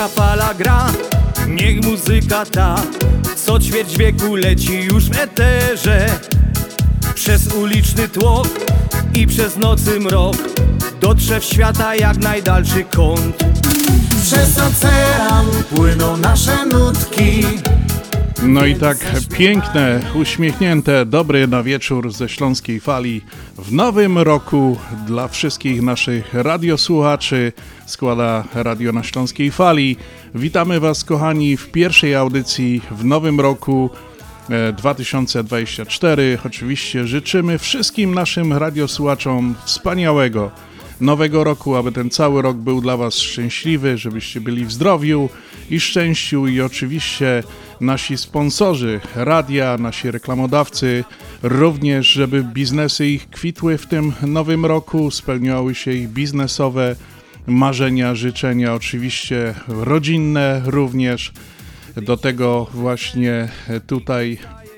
Śląska fala gra, niech muzyka ta co ćwierć wieku leci już w eterze. Przez uliczny tłok i przez nocy mrok dotrze w świata jak najdalszy kąt. Przez ocean płyną nasze nutki. No i tak piękne, uśmiechnięte, dobry na wieczór ze Śląskiej Fali w nowym roku dla wszystkich naszych radiosłuchaczy składa Radio na Śląskiej Fali. Witamy Was, kochani, w pierwszej audycji w nowym roku 2024. Oczywiście życzymy wszystkim naszym radiosłuchaczom wspaniałego nowego roku, aby ten cały rok był dla Was szczęśliwy, żebyście byli w zdrowiu i szczęściu i oczywiście nasi sponsorzy radia, nasi reklamodawcy również, żeby biznesy ich kwitły w tym nowym roku, spełniały się ich biznesowe marzenia, życzenia, oczywiście rodzinne również. Do tego właśnie tutaj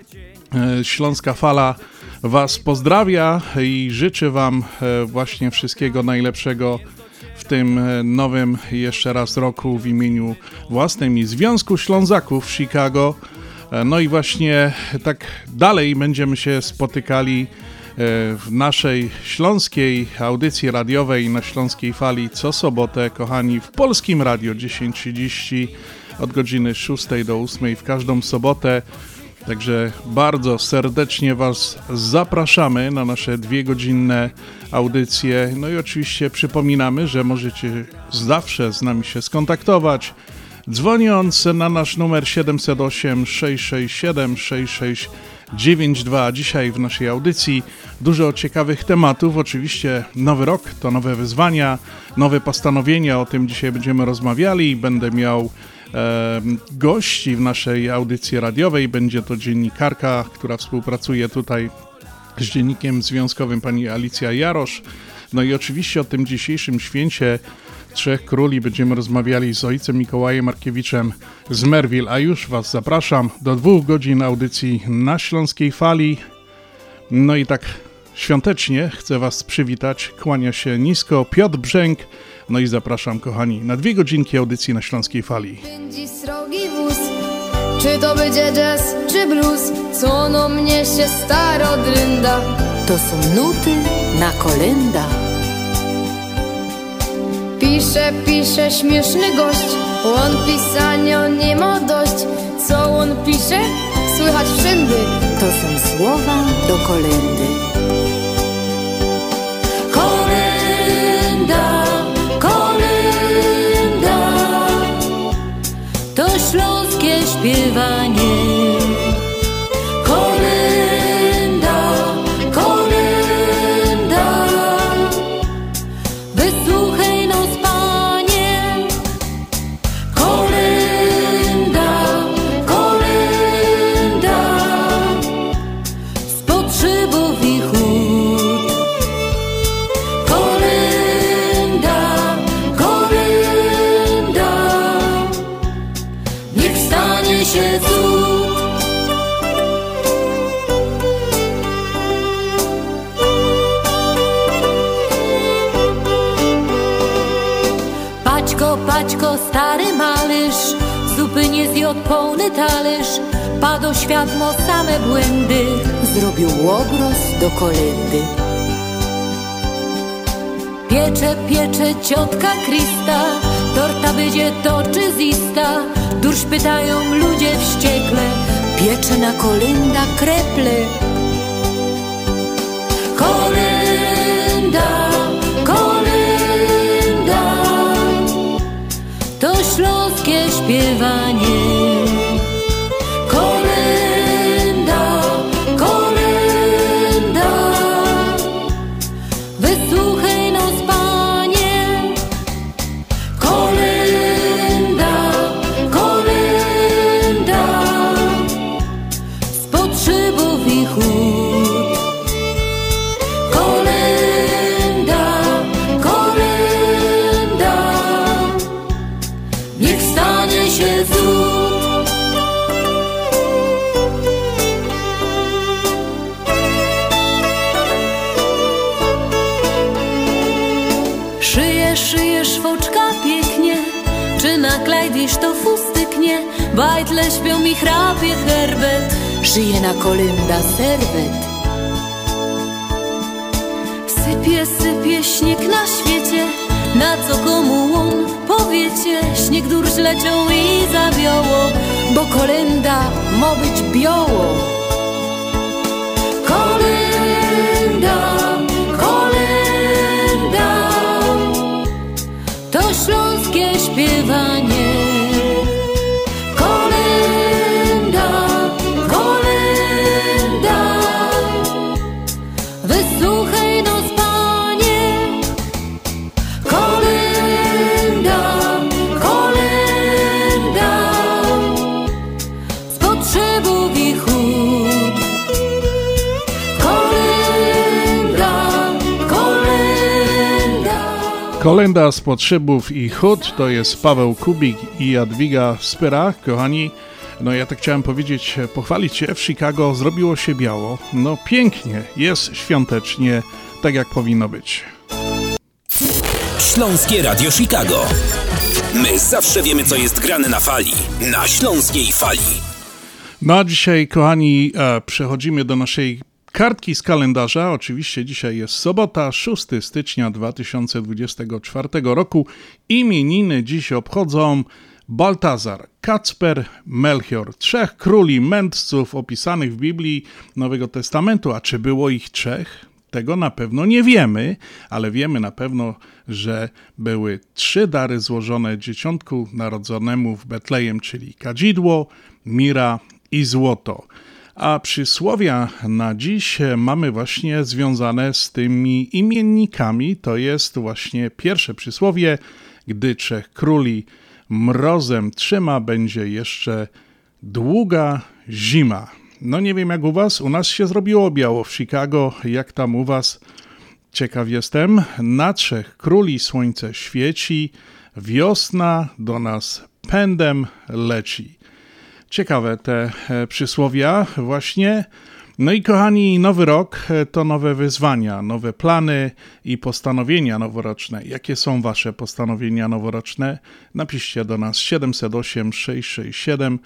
Śląska Fala Was pozdrawia i życzę Wam właśnie wszystkiego najlepszego w tym nowym jeszcze raz roku w imieniu własnym i Związku Ślązaków w Chicago. No i właśnie tak dalej będziemy się spotykali w naszej śląskiej audycji radiowej na Śląskiej Fali co sobotę, kochani, w Polskim Radio 10:30 od godziny 6 do 8 w każdą sobotę. Także bardzo serdecznie Was zapraszamy na nasze 2-godzinne audycje. No i oczywiście przypominamy, że możecie zawsze z nami się skontaktować, dzwoniąc na nasz numer 708 667 6692. Dzisiaj w naszej audycji dużo ciekawych tematów. Oczywiście nowy rok to nowe wyzwania, nowe postanowienia. O tym dzisiaj będziemy rozmawiali. Będę miał gości w naszej audycji radiowej. Będzie to dziennikarka, która współpracuje tutaj z dziennikiem związkowym, pani Alicja Jarosz. No i oczywiście o tym dzisiejszym święcie Trzech Króli będziemy rozmawiali z ojcem Mikołajem Markiewiczem z Merville, a już Was zapraszam do 2 godzin audycji na Śląskiej Fali. No i tak świątecznie chcę Was przywitać, kłania się nisko Piotr Brzęk. No i zapraszam, kochani, na 2 godzinki audycji na Śląskiej Fali. Pędzi srogi wóz, czy to będzie jazz, czy blues, co no mnie się staro drynda. To są nuty na kolenda. Pisze śmieszny gość, on pisania nie ma dość. Co on pisze? Słychać wszędy. To są słowa do kolendy. Kolenda, kolenda, to śląskie śpiewanie. kolenda, kolenda. Wysłuchaj nos, Panie. Kolenda, kolenda, Z potrzebów i chód. kolenda, kolenda. Niech stanie się cud. Paćko, stary malyż, zupy nie zjadł pełny talerz. Padł świat mo same błędy, zrobił łobroz do kolendy. Piecze ciotka Krista, torta będzie to czy zista. Durż pytają ludzie wściekle, piecze na kolenda kreple. Kolenda, kolenda, To śląskie śpiewanie. kolenda, kolenda. Wysłuchaj nos, Panie. Kolenda, kolenda. Z potrzebów i chód. Kolenda, kolenda. Niech stanie się cud. na klajdisz to fustyknie, bajtle śpią i chrapie herbet, żyje na kolenda serwet. Sypie śnieg na świecie, na co komu on powiecie? Śnieg durś leciał i zawiało, bo kolenda ma być biało. Kolenda, kolenda, to śląskie śpiewanie. Kolenda, kolenda, wysłuchaj nos, Panie. Kolenda, kolenda, z potrzebów i chód. Kolenda, kolenda. Kolenda z potrzebów i chód to jest Paweł Kubik i Jadwiga Spyra. Kochani, no ja tak chciałem powiedzieć, pochwalić się, w Chicago zrobiło się biało. No pięknie, jest świątecznie, tak jak powinno być. Śląskie Radio Chicago. My zawsze wiemy, co jest grane na fali. Na Śląskiej Fali. No a dzisiaj, kochani, przechodzimy do naszej kartki z kalendarza. Oczywiście dzisiaj jest sobota, 6 stycznia 2024 roku. Imieniny dziś obchodzą Baltazar, Kacper, Melchior, trzech króli mędrców opisanych w Biblii Nowego Testamentu. A czy było ich trzech? Tego na pewno nie wiemy, ale wiemy na pewno, że były 3 dary złożone dzieciątku narodzonemu w Betlejem, czyli kadzidło, mira i złoto. A przysłowia na dziś mamy właśnie związane z tymi imiennikami. To jest właśnie pierwsze przysłowie: gdy 3 króli mrozem trzyma, będzie jeszcze długa zima. No nie wiem jak u was, u nas się zrobiło biało w Chicago, jak tam u was? Ciekaw jestem. Na 3 króli słońce świeci, wiosna do nas pędem leci. Ciekawe te przysłowia właśnie. No i kochani, nowy rok to nowe wyzwania, nowe plany i postanowienia noworoczne. Jakie są wasze postanowienia noworoczne? Napiszcie do nas 708 667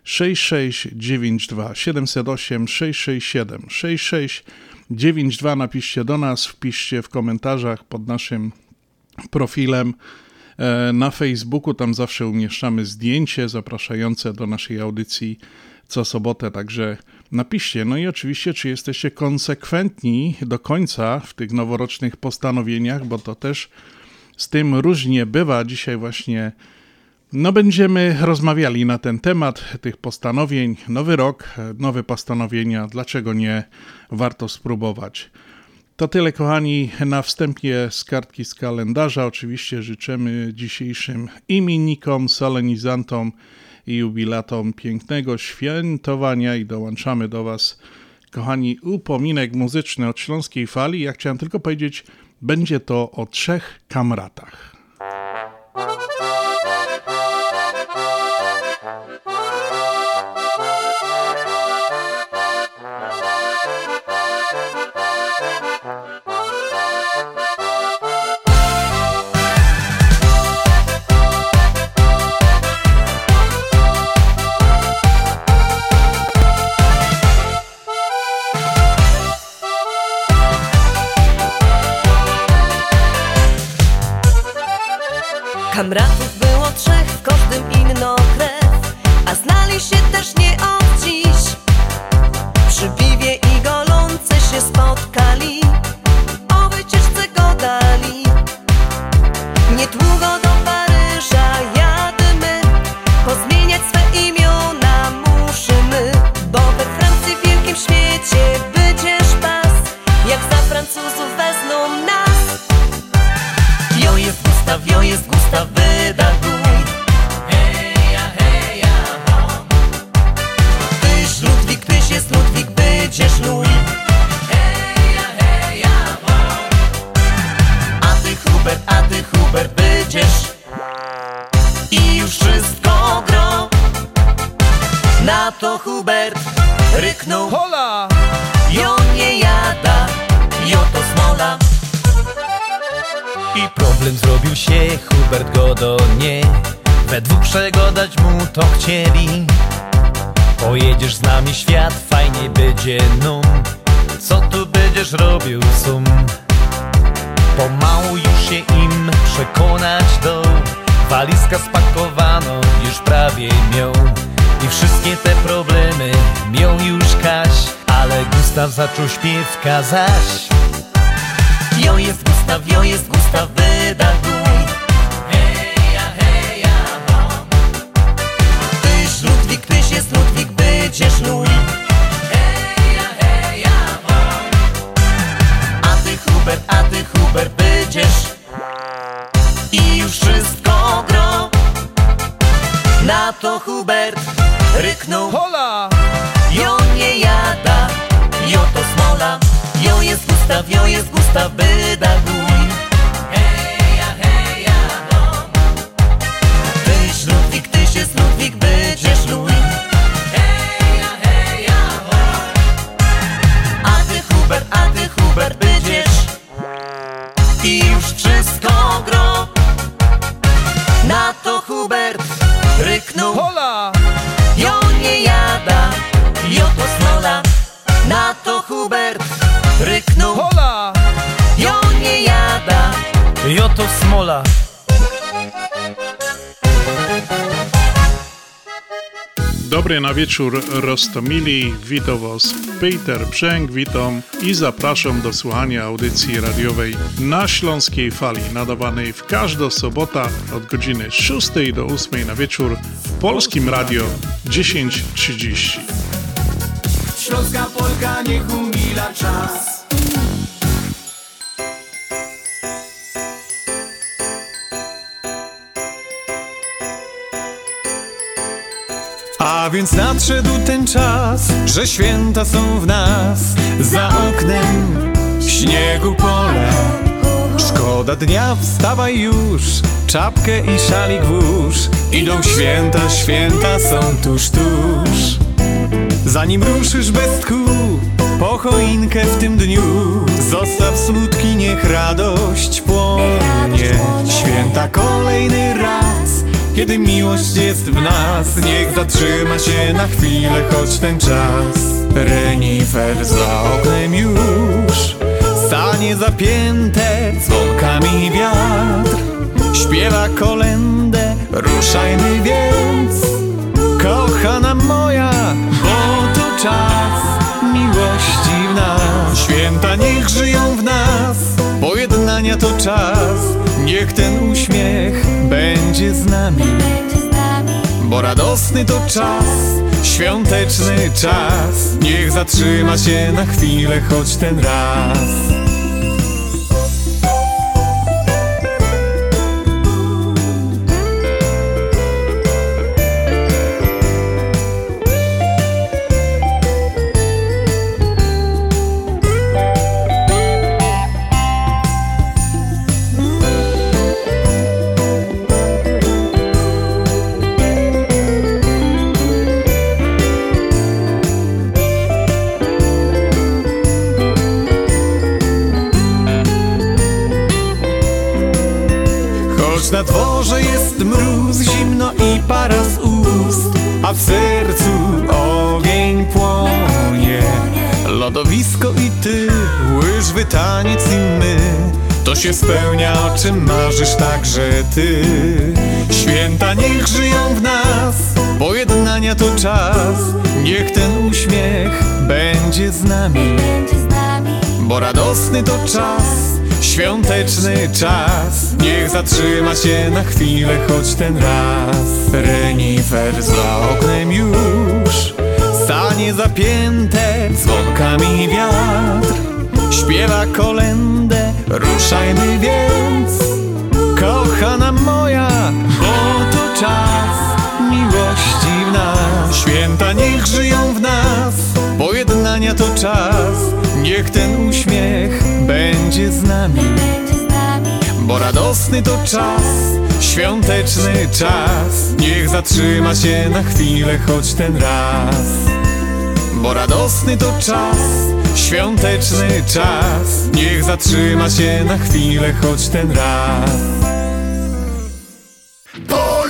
6692 708 667 6692. Napiszcie do nas, wpiszcie w komentarzach pod naszym profilem na Facebooku, tam zawsze umieszczamy zdjęcie zapraszające do naszej audycji co sobotę, także napiszcie. No i oczywiście, czy jesteście konsekwentni do końca w tych noworocznych postanowieniach, bo to też z tym różnie bywa. Dzisiaj właśnie będziemy rozmawiali na ten temat tych postanowień. Nowy rok, nowe postanowienia, dlaczego nie? Warto spróbować. To tyle, kochani, na wstępie z kartki z kalendarza. Oczywiście życzymy dzisiejszym imiennikom, solenizantom i jubilatom pięknego świętowania i dołączamy do was, kochani, upominek muzyczny od Śląskiej Fali. Ja chciałem tylko powiedzieć, będzie to o 3 kamratach. Kamratów było 3, w każdym inno krew, a znali się też nie od dziś. Przy piwie i golące się spotkali, o wycieczce gadali. Niedługo do Paryża jadymy, pozmieniać swe imiona musimy, bo we Francji w wielkim świecie będziesz pas, jak za Francuzów wezmą nas. Jo jest Gustaw, wydaguj. Heja, heja, ho. Tyś jest Ludwik, będziesz luj. Heja, heja, ho. A ty Hubert, będziesz. I już wszystko gro. Na to Hubert ryknął. Hola! Jo nie jada, jo to smola. I problem zrobił się, Hubert go do nie we dwóch przegadać mu to chcieli. Pojedziesz z nami świat, fajnie będzie nam. Co tu będziesz robił sum? Pomału już się im przekonać do. Walizka spakowano już prawie miał. I wszystkie te problemy miał już Kaś. Ale Gustaw zaczął śpiewka zaś. Jo jest Gustaw, wydaguj. Heja, heja, ho. Tyś jest Ludwik, będziesz luj. Heja, heja, ho. A ty Hubert, będziesz. I już wszystko gro. Na to Hubert ryknął. Hola! Jo nie jada, jo to smola. Jo jest Gustaw, wydaguj. Heja, heja, ho. Tyś jest Ludwik, będziesz luj. Heja, heja, ho. A ty Hubert, będziesz. I już wszystko gro. Na to Hubert ryknął. Hola! Jo nie jada, jo to smola. Na to Hubert ryknął. Hola! Jo nie jada, jo to smola. Dobry na wieczór, Rostomili. Witam Was Peter Brzęk, witam i zapraszam do słuchania audycji radiowej na Śląskiej Fali, nadawanej w każdą sobotę od godziny 6 do 8 na wieczór w Polskim Radio 10:30. Śląska Polka niech umila czas. A więc nadszedł ten czas, że święta są w nas. Za oknem śniegu pole. Szkoda dnia, wstawaj już, czapkę i szalik włóż. Idą święta, święta są tuż, tuż. Zanim ruszysz bez tchu po choinkę w tym dniu, zostaw smutki, niech radość płonie. Święta kolejny raz, kiedy miłość jest w nas. Niech zatrzyma się na chwilę, choć ten czas. Renifer za oknem już stanie zapięte dzwonkami wiatr. Śpiewa kolędę, ruszajmy więc, kochana moja, bo to czas miłości w nas. Święta niech żyją w nas, pojednania to czas. Niech ten uśmiech będzie z nami, bo radosny to czas, świąteczny czas. Niech zatrzyma się na chwilę, choć ten raz. Na dworze jest mróz, zimno i para z ust, a w sercu ogień płonie. Lodowisko i ty, łyżwy, taniec i my. To się spełnia, o czym marzysz także ty. Święta niech żyją w nas, pojednania to czas. Niech ten uśmiech będzie z nami, bo radosny to czas, świąteczny czas. Niech zatrzyma się na chwilę, choć ten raz. Renifer za oknem już stanie zapięte dzwonkami wiatr. Śpiewa kolędę, ruszajmy więc, kochana moja, bo to czas miłości w nas. Święta niech żyją w nas, pojednania to czas. Niech ten uśmiech będzie z nami, bo radosny to czas, świąteczny czas. Niech zatrzyma się na chwilę, choć ten raz. Bo radosny to czas, świąteczny czas. Niech zatrzyma się na chwilę, choć ten raz. Pola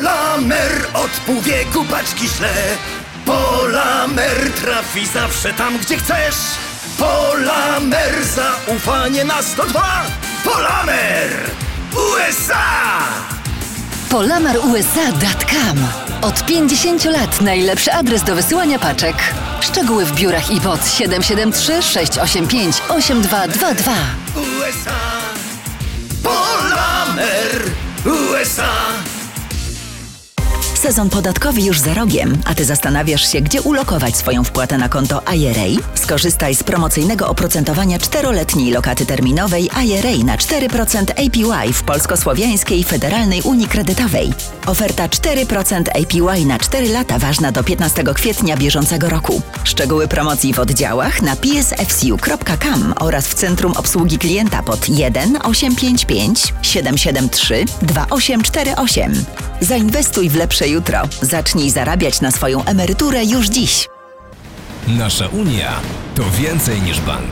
Polamer od pół wieku paczki szle. Polamer trafi zawsze tam, gdzie chcesz. Polamer, zaufanie na 102. Polamer USA. PolamerUSA.com. Od 50 lat najlepszy adres do wysyłania paczek. Szczegóły w biurach i WOT 773 685 8222. USA. Polamer USA. Sezon podatkowy już za rogiem, a Ty zastanawiasz się, gdzie ulokować swoją wpłatę na konto IRA? Skorzystaj z promocyjnego oprocentowania 4-letniej lokaty terminowej IRA na 4% APY w Polsko-Słowiańskiej Federalnej Unii Kredytowej. Oferta 4% APY na 4 lata ważna do 15 kwietnia bieżącego roku. Szczegóły promocji w oddziałach na psfcu.com oraz w Centrum Obsługi Klienta pod 1 855 773 2848. Zainwestuj w lepsze jutro. Zacznij zarabiać na swoją emeryturę już dziś. Nasza Unia to więcej niż bank.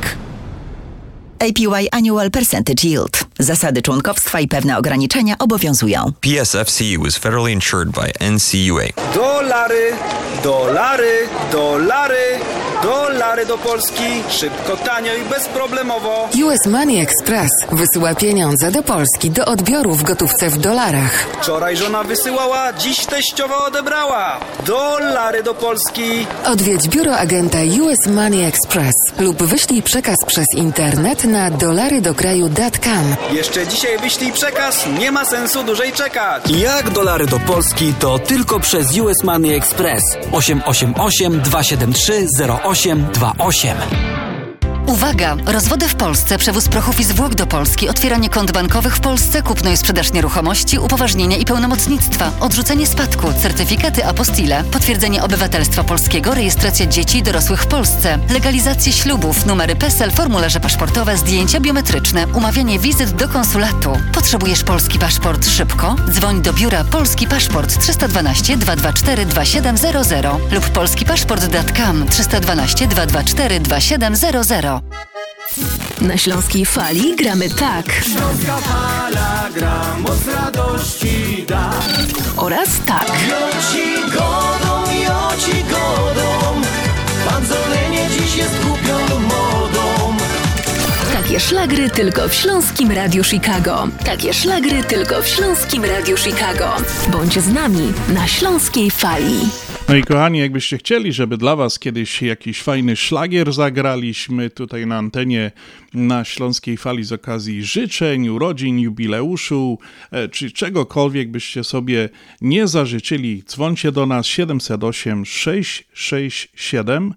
APY Annual Percentage Yield. Zasady członkowstwa i pewne ograniczenia obowiązują. PSFCU is federally insured by NCUA. Dolary, dolary, dolary, dolary do Polski. Szybko, tanio i bezproblemowo. US Money Express wysyła pieniądze do Polski do odbioru w gotówce w dolarach. Wczoraj żona wysyłała, dziś teściowa odebrała. Dolary do Polski. Odwiedź biuro agenta US Money Express lub wyślij przekaz przez internet na dolarydokraju.com. Jeszcze dzisiaj wyślij przekaz, nie ma sensu dłużej czekać. Jak dolary do Polski, to tylko przez US Money Express 888 273 0828. Uwaga! Rozwody w Polsce, przewóz prochów i zwłok do Polski, otwieranie kont bankowych w Polsce, kupno i sprzedaż nieruchomości, upoważnienia i pełnomocnictwa, odrzucenie spadku, certyfikaty apostille, potwierdzenie obywatelstwa polskiego, rejestracja dzieci i dorosłych w Polsce, legalizację ślubów, numery PESEL, formularze paszportowe, zdjęcia biometryczne, umawianie wizyt do konsulatu. Potrzebujesz polski paszport szybko? Dzwoń do biura Polski Paszport 312 224 2700 lub polskipaszport.com 312 224 2700. Na Śląskiej Fali gramy tak. Śląska fala gra, moc radości da. Oraz tak. Joci godą, pan Zolenie dziś jest głupią modą. Takie szlagry tylko w Śląskim Radiu Chicago. Takie szlagry tylko w Śląskim Radiu Chicago. Bądź z nami na Śląskiej Fali. No i kochani, jakbyście chcieli, żeby dla was kiedyś jakiś fajny szlagier zagraliśmy tutaj na antenie na Śląskiej Fali z okazji życzeń, urodzin, jubileuszu, czy czegokolwiek byście sobie nie zażyczyli, dzwońcie do nas 708 667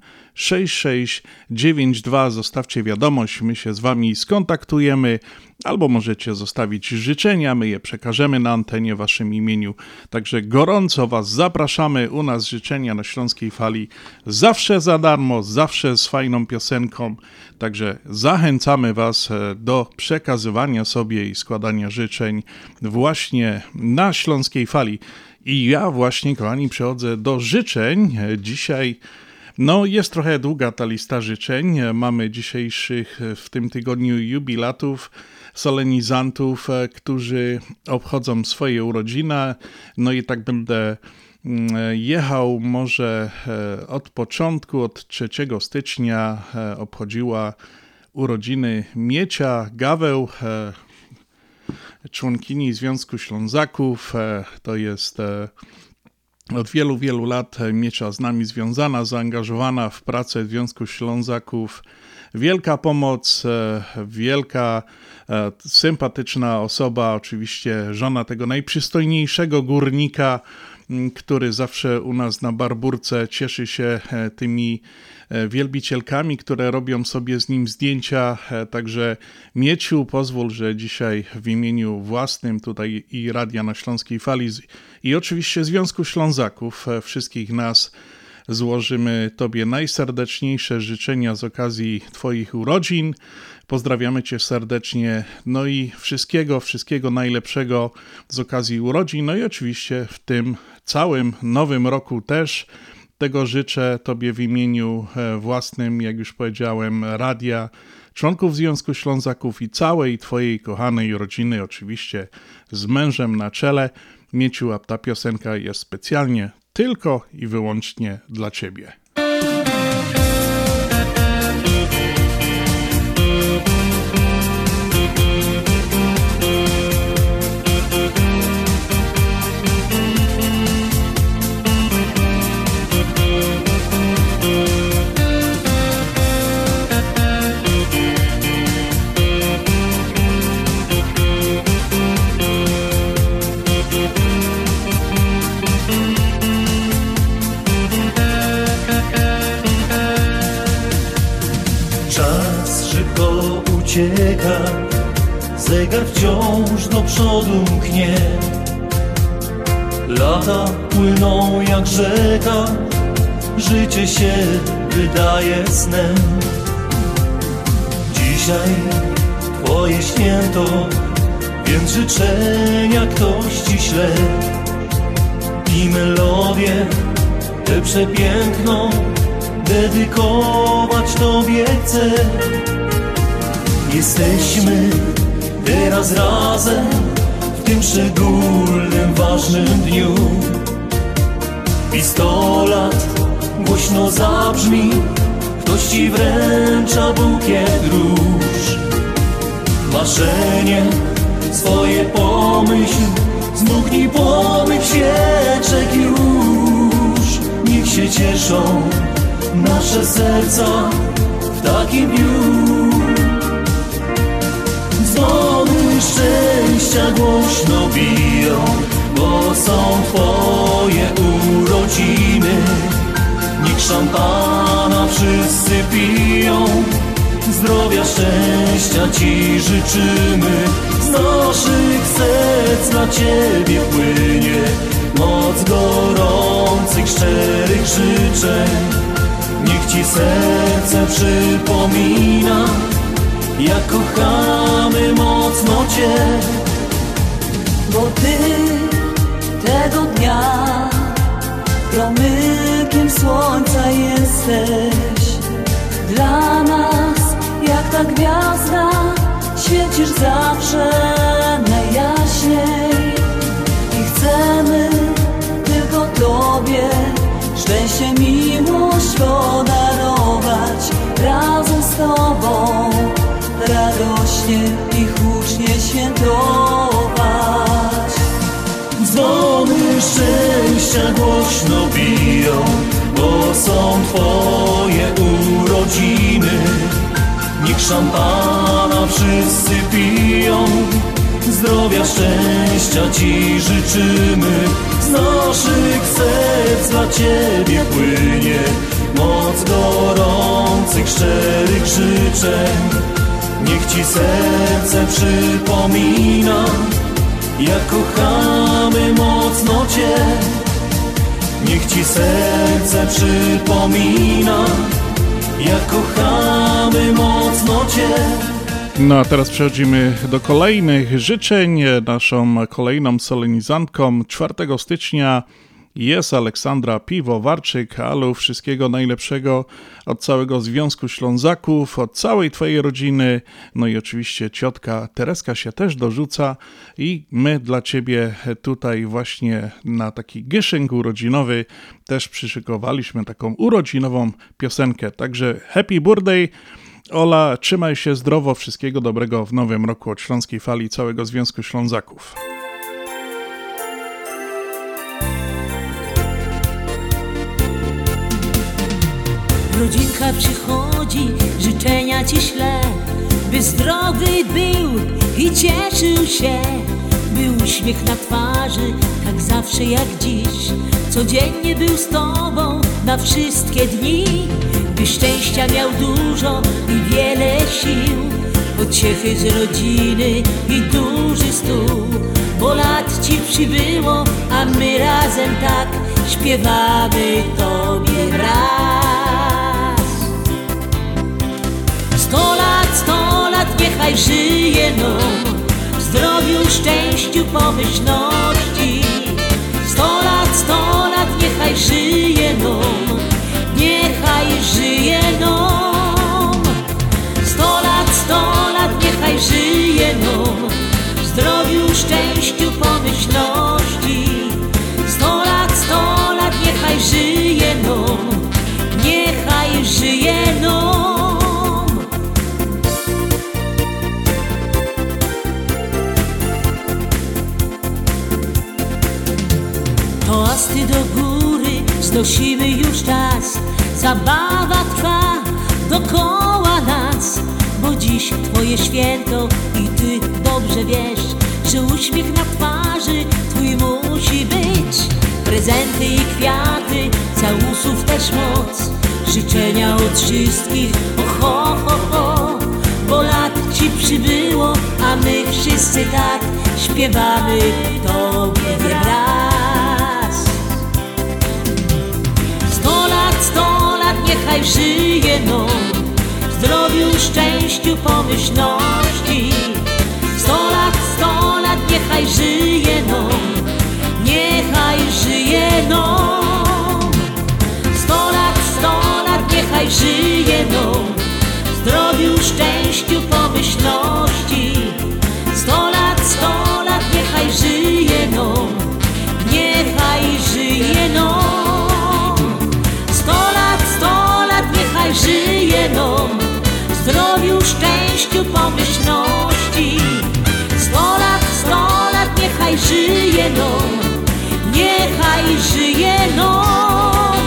6692, zostawcie wiadomość, my się z wami skontaktujemy, albo możecie zostawić życzenia, my je przekażemy na antenie w waszym imieniu. Także gorąco was zapraszamy, u nas życzenia na Śląskiej Fali zawsze za darmo, zawsze z fajną piosenką, także zachęcamy was do przekazywania sobie i składania życzeń właśnie na Śląskiej Fali. I ja właśnie, kochani, przechodzę do życzeń. Dzisiaj jest trochę długa ta lista życzeń. Mamy dzisiejszych w tym tygodniu jubilatów, solenizantów, którzy obchodzą swoje urodziny. No i tak będę jechał może od początku, od 3 stycznia obchodziła urodziny Miecia Gaweł, członkini Związku Ślązaków. To jest od wielu, wielu lat Miecia z nami związana, zaangażowana w pracę Związku Ślązaków. Wielka pomoc, wielka, sympatyczna osoba, oczywiście żona tego najprzystojniejszego górnika, który zawsze u nas na Barburce cieszy się tymi wielbicielkami, które robią sobie z nim zdjęcia. Także Mieciu, pozwól, że dzisiaj w imieniu własnym tutaj i Radia na Śląskiej Fali i oczywiście Związku Ślązaków, wszystkich nas, złożymy Tobie najserdeczniejsze życzenia z okazji Twoich urodzin. Pozdrawiamy Cię serdecznie, no i wszystkiego najlepszego z okazji urodzin, no i oczywiście w tym całym nowym roku też tego życzę Tobie w imieniu własnym, jak już powiedziałem, radia, członków Związku Ślązaków i całej Twojej kochanej rodziny, oczywiście z mężem na czele. Mieciu, a ta piosenka jest specjalnie tylko i wyłącznie dla Ciebie. Ucieka, zegar wciąż do przodu mknie. Lata płyną jak rzeka, życie się wydaje snem. Dzisiaj Twoje święto, więc życzenia ktoś Ci śle. I melodię tę przepiękną dedykować Tobie chcę. Jesteśmy teraz razem w tym szczególnym, ważnym dniu. I 100 lat głośno zabrzmi, ktoś Ci wręcza bukiet róż. Marzenie swoje pomyśl, zmrugnij płomyk świeczek już. Niech się cieszą nasze serca w takim dniu. Dzwony szczęścia głośno biją, bo są Twoje urodziny. Niech szampana wszyscy piją, zdrowia, szczęścia Ci życzymy. Z naszych serc dla Ciebie płynie moc gorących, szczerych życzeń. Niech Ci serce przypomina, jak kochamy mocno Cię. Bo Ty tego dnia promykiem słońca jesteś. Dla nas jak ta gwiazda, świecisz zawsze najjaśniej. I chcemy tylko Tobie szczęście, miłość podarować. Razem z Tobą radośnie i hucznie świętować. Dzwony szczęścia głośno biją, bo są Twoje urodziny. Niech szampana wszyscy piją, zdrowia, szczęścia Ci życzymy. Z naszych serc dla Ciebie płynie moc gorących, szczerych życzeń. Niech Ci serce przypomina, jak kochamy mocno Cię. Niech Ci serce przypomina, jak kochamy mocno Cię. No a teraz przechodzimy do kolejnych życzeń. Naszą kolejną solenizantką 4 stycznia jest Aleksandra Piwowarczyk. Alu, wszystkiego najlepszego od całego Związku Ślązaków, od całej Twojej rodziny. No i oczywiście ciotka Tereska się też dorzuca i my dla Ciebie tutaj właśnie na taki giszynk urodzinowy też przyszykowaliśmy taką urodzinową piosenkę. Także happy birthday! Ola, trzymaj się zdrowo, wszystkiego dobrego w nowym roku od Śląskiej Fali całego Związku Ślązaków. Rodzinka przychodzi, życzenia Ci ślę, by zdrowy był i cieszył się, by uśmiech na twarzy, tak zawsze jak dziś, codziennie był z Tobą na wszystkie dni, by szczęścia miał dużo i wiele sił, pociechy z rodziny i duży stół, bo lat Ci przybyło, a my razem tak śpiewamy Tobie raz. 100 lat, niechaj żyje nam, w zdrowiu, szczęściu, pomyślności. 100 lat, niechaj żyje nam, niechaj żyje nam. 100 lat, niechaj żyje nam, w zdrowiu, szczęściu, pomyślności. znosimy już czas. Zabawa trwa dokoła nas, bo dziś Twoje święto i Ty dobrze wiesz, że uśmiech na twarzy Twój musi być. Prezenty i kwiaty, całusów też moc, życzenia od wszystkich, ho, ho, ho, ho. Bo lat Ci przybyło, a my wszyscy tak śpiewamy Tobie raz. 100 lat, niechaj żyje nam, w zdrowiu, szczęściu, pomyślności. 100 lat, niechaj żyje nam, niechaj żyje nam. 100 lat, niechaj żyje nam, w zdrowiu, szczęściu, pomyślności. 100 lat, niechaj żyje nam, niechaj żyje nam. 100 lat, niechaj żyje nam, w zdrowiu, szczęściu, pomyślności. 100 lat, niechaj żyje nam, niechaj żyje nam.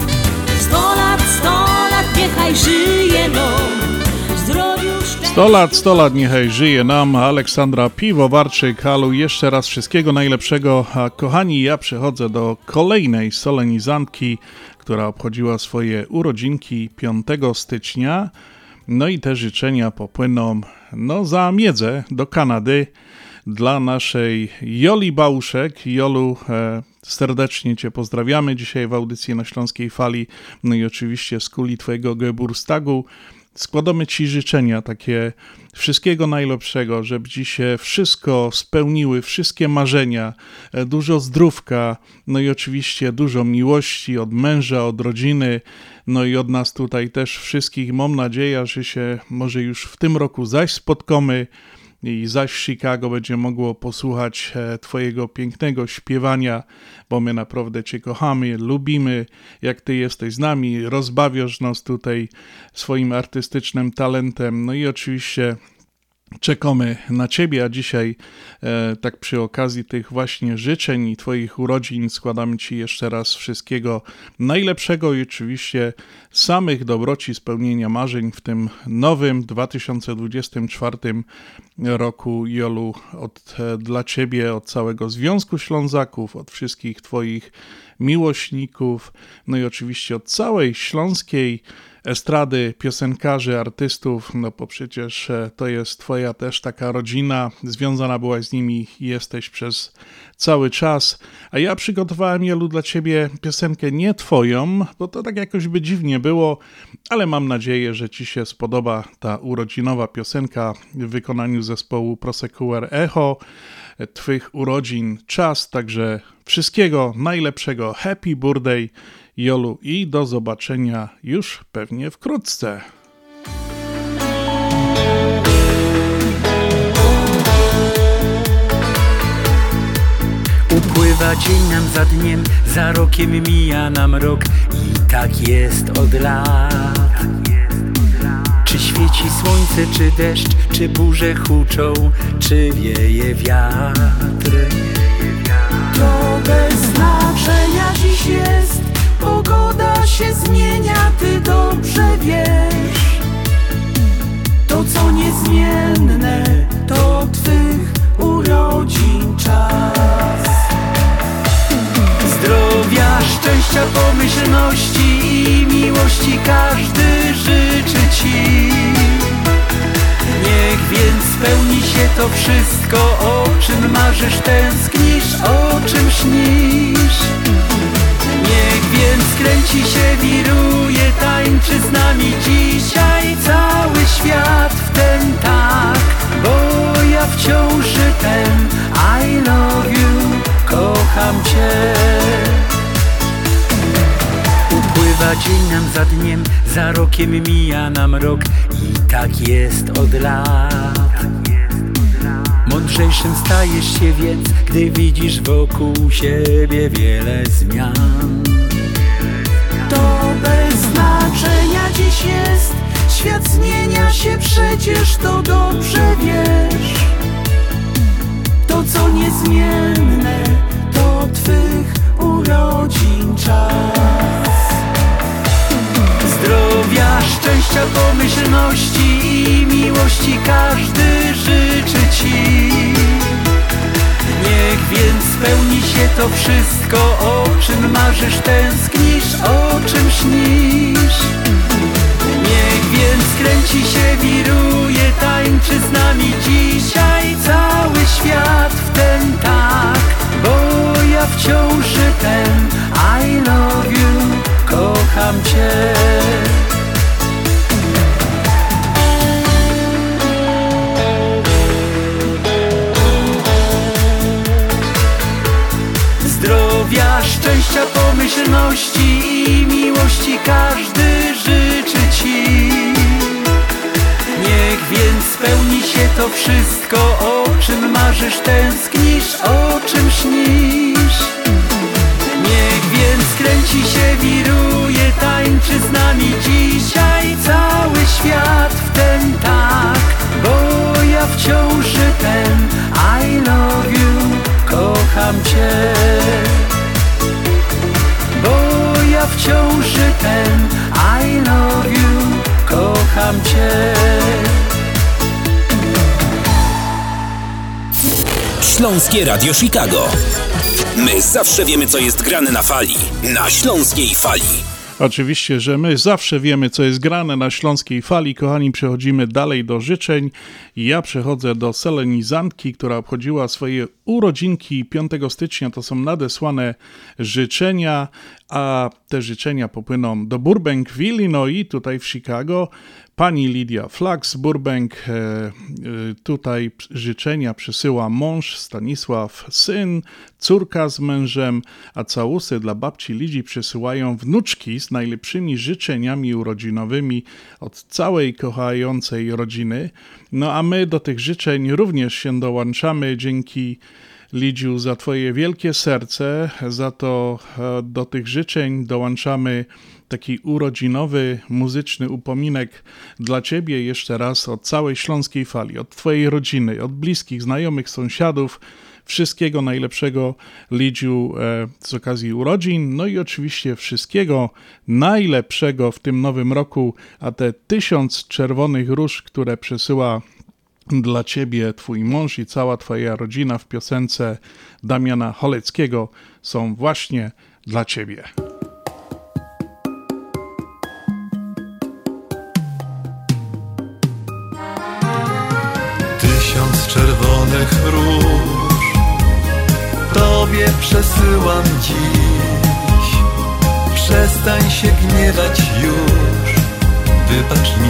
100 lat, niechaj żyje nam, w zdrowiu, szczęściu. 100 lat, niechaj żyje nam. Aleksandra Piwowarczyk. Halu, jeszcze raz wszystkiego najlepszego. A kochani, ja przechodzę do kolejnej solenizantki, która obchodziła swoje urodzinki 5 stycznia. No i te życzenia popłyną za miedzę do Kanady dla naszej Joli Bałuszek. Jolu, serdecznie Cię pozdrawiamy dzisiaj w audycji na Śląskiej Fali. No i oczywiście z kuli Twojego Geburstagu składamy Ci życzenia takie wszystkiego najlepszego, żeby Ci się wszystko spełniły, wszystkie marzenia, dużo zdrówka, no i oczywiście dużo miłości od męża, od rodziny, no i od nas tutaj też wszystkich. Mam nadzieję, że się może już w tym roku zaś spotkamy i zaś Chicago będzie mogło posłuchać Twojego pięknego śpiewania, bo my naprawdę Cię kochamy, lubimy, jak Ty jesteś z nami, rozbawiasz nas tutaj swoim artystycznym talentem, no i oczywiście czekamy na Ciebie, a dzisiaj tak przy okazji tych właśnie życzeń i Twoich urodzin składamy Ci jeszcze raz wszystkiego najlepszego i oczywiście samych dobroci, spełnienia marzeń w tym nowym 2024 roku. Jolu, dla Ciebie, od całego Związku Ślązaków, od wszystkich Twoich miłośników, no i oczywiście od całej śląskiej estrady, piosenkarzy, artystów, no bo przecież to jest Twoja też taka rodzina, związana byłaś z nimi i jesteś przez cały czas. A ja przygotowałem, Jolu, dla Ciebie piosenkę nie Twoją, bo to tak jakoś by dziwnie było, ale mam nadzieję, że Ci się spodoba ta urodzinowa piosenka w wykonaniu zespołu Prosecuer Echo. Twych urodzin czas, także wszystkiego najlepszego. Happy birthday, Jolu, i do zobaczenia już pewnie wkrótce. Upływa dzień nam za dniem, za rokiem mija nam rok i tak jest od lat. Czy świeci słońce, czy deszcz, czy burze huczą, czy wieje wiatr? To bez znaczenia dziś jest, pogoda się zmienia, Ty dobrze wiesz. To co niezmienne, to Twych urodzin czas. Zdrowia, szczęścia, pomyślności i miłości każdy życzy Ci. Niech więc spełni się to wszystko, o czym marzysz, tęsknisz, o czym śnisz. Niech więc kręci się, wiruje, tańczy z nami dzisiaj cały świat w ten tak, bo ja wciąż ten I love you, kocham Cię. Upływa dzień nam za dniem, za rokiem mija nam rok i tak jest od lat. Mądrzejszym stajesz się więc, gdy widzisz wokół siebie wiele zmian. To bez znaczenia dziś jest, świat zmienia się przecież, to dobrze wiesz. To co niezmienne, to Twych urodzin czas. pomyślności i miłości każdy życzy Ci. Niech więc spełni się to wszystko, o czym marzysz, tęsknisz, o czym śnisz. Niech więc kręci się, wiruje, tańczy z nami dzisiaj cały świat w ten tak, bo ja wciąż ten I love you, kocham Cię. Zdrowia, szczęścia, pomyślności i miłości każdy życzy Ci. Niech więc spełni się to wszystko, o czym marzysz, tęsknisz, o czym śnisz. Niech więc kręci się, wiruje, tańczy z nami dzisiaj cały świat w ten tak, bo ja wciąż ten I love you, kocham Cię. Bo ja wciąż ten I love you, kocham Cię. Śląskie Radio Chicago. My zawsze wiemy, co jest grane na fali. Na Śląskiej Fali. Oczywiście, że my zawsze wiemy, co jest grane na Śląskiej Fali. Kochani, przechodzimy dalej do życzeń. Ja przechodzę do solenizantki, która obchodziła swoje urodzinki 5 stycznia. To są nadesłane życzenia, a te życzenia popłyną do Burbank w Illinois, tutaj w Chicago. Pani Lidia Flak z Burbank, tutaj życzenia przysyła mąż Stanisław, syn, córka z mężem, a całusy dla babci Lidii przysyłają wnuczki z najlepszymi życzeniami urodzinowymi od całej kochającej rodziny. No a my do tych życzeń również się dołączamy. Dzięki, Lidziu, za Twoje wielkie serce, za to do tych życzeń dołączamy taki urodzinowy, muzyczny upominek dla Ciebie jeszcze raz od całej Śląskiej Fali, od Twojej rodziny, od bliskich, znajomych, sąsiadów. Wszystkiego najlepszego, Lidziu, z okazji urodzin, no i oczywiście wszystkiego najlepszego w tym nowym roku, a te 1000 czerwonych róż, które przesyła dla Ciebie Twój mąż i cała Twoja rodzina w piosence Damiana Choleckiego, są właśnie dla Ciebie. Czerwonych róż Tobie przesyłam dziś. Przestań się gniewać już, wybacz mi.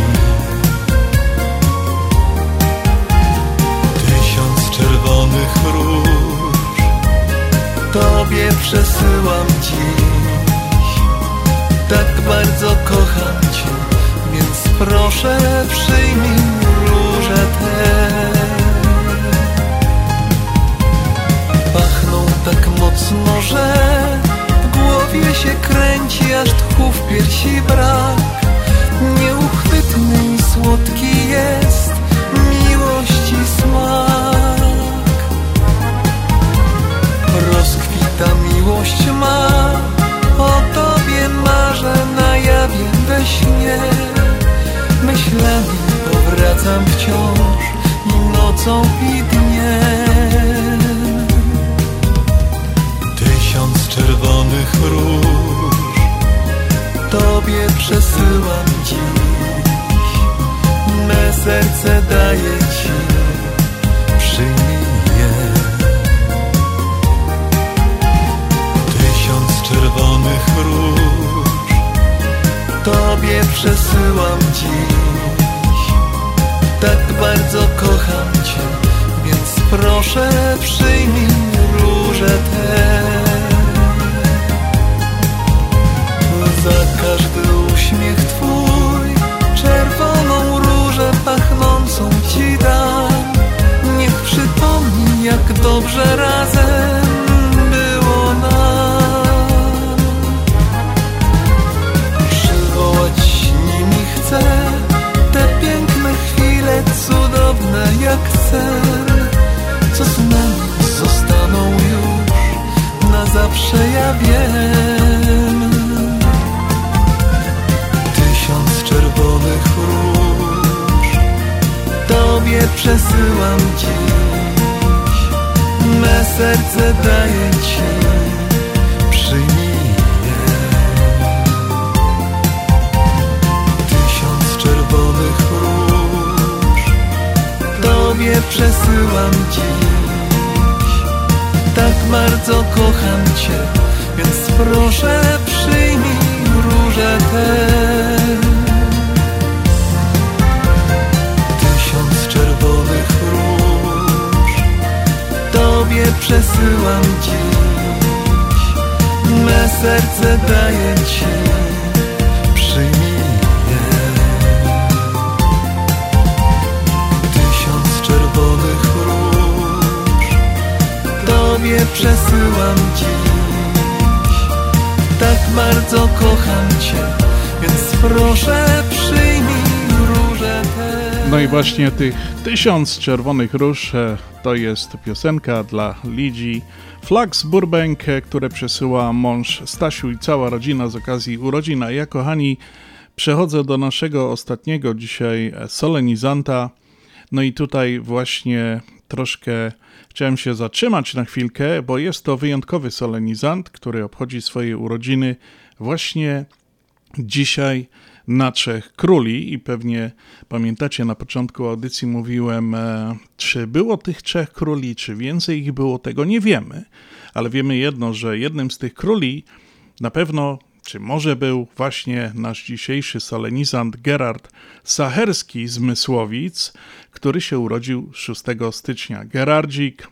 1000 czerwonych róż Tobie przesyłam dziś. Tak bardzo kocham Cię, więc proszę przyjmij róże te. Pachną tak mocno, że w głowie się kręci, aż tchu w piersi brak. Nieuchwytny i słodki jest miłości smak. Rozkwita miłość ma, o Tobie marzę na jawie we śnie. Myślami powracam wciąż i nocą i dniem. 1000 czerwonych róż Tobie przesyłam dziś. Me serce daję Ci, przyjmij je. 1000 czerwonych róż Tobie przesyłam dziś. Tak bardzo kocham Cię, więc proszę przyjmij róże te. Za każdy uśmiech Twój czerwoną różę pachnącą Ci dam. Niech przypomni, jak dobrze razem było nam. Przywołać nimi chcę te piękne chwile, cudowne jak sen, co z nami zostaną już na przesyłam dziś, me serce daję ci, przyjmij je. 1000 czerwonych róż tobie przesyłam dziś, tak bardzo kocham cię, więc proszę przyjmij róże te. 1000 czerwonych róż tobie przesyłam dziś, me serce daję ci, przyjmij je. 1000 czerwonych róż tobie przesyłam dziś, tak bardzo kocham cię, więc proszę przyjmij róże te. No i właśnie tych 1000 czerwonych róż to jest piosenka dla Lidii Flak z Burbank, które przesyła mąż Stasiu i cała rodzina z okazji urodzin. A ja, kochani, przechodzę do naszego ostatniego dzisiaj solenizanta. No i tutaj właśnie troszkę chciałem się zatrzymać na chwilkę, bo jest to wyjątkowy solenizant, który obchodzi swoje urodziny właśnie dzisiaj na Trzech Króli i pewnie pamiętacie, na początku audycji mówiłem, czy było tych Trzech Króli, czy więcej ich było, tego nie wiemy, ale wiemy jedno, że jednym z tych króli na pewno, czy może był właśnie nasz dzisiejszy solenizant Gerard Sacherski z Mysłowic, który się urodził 6 stycznia. Gerardzik,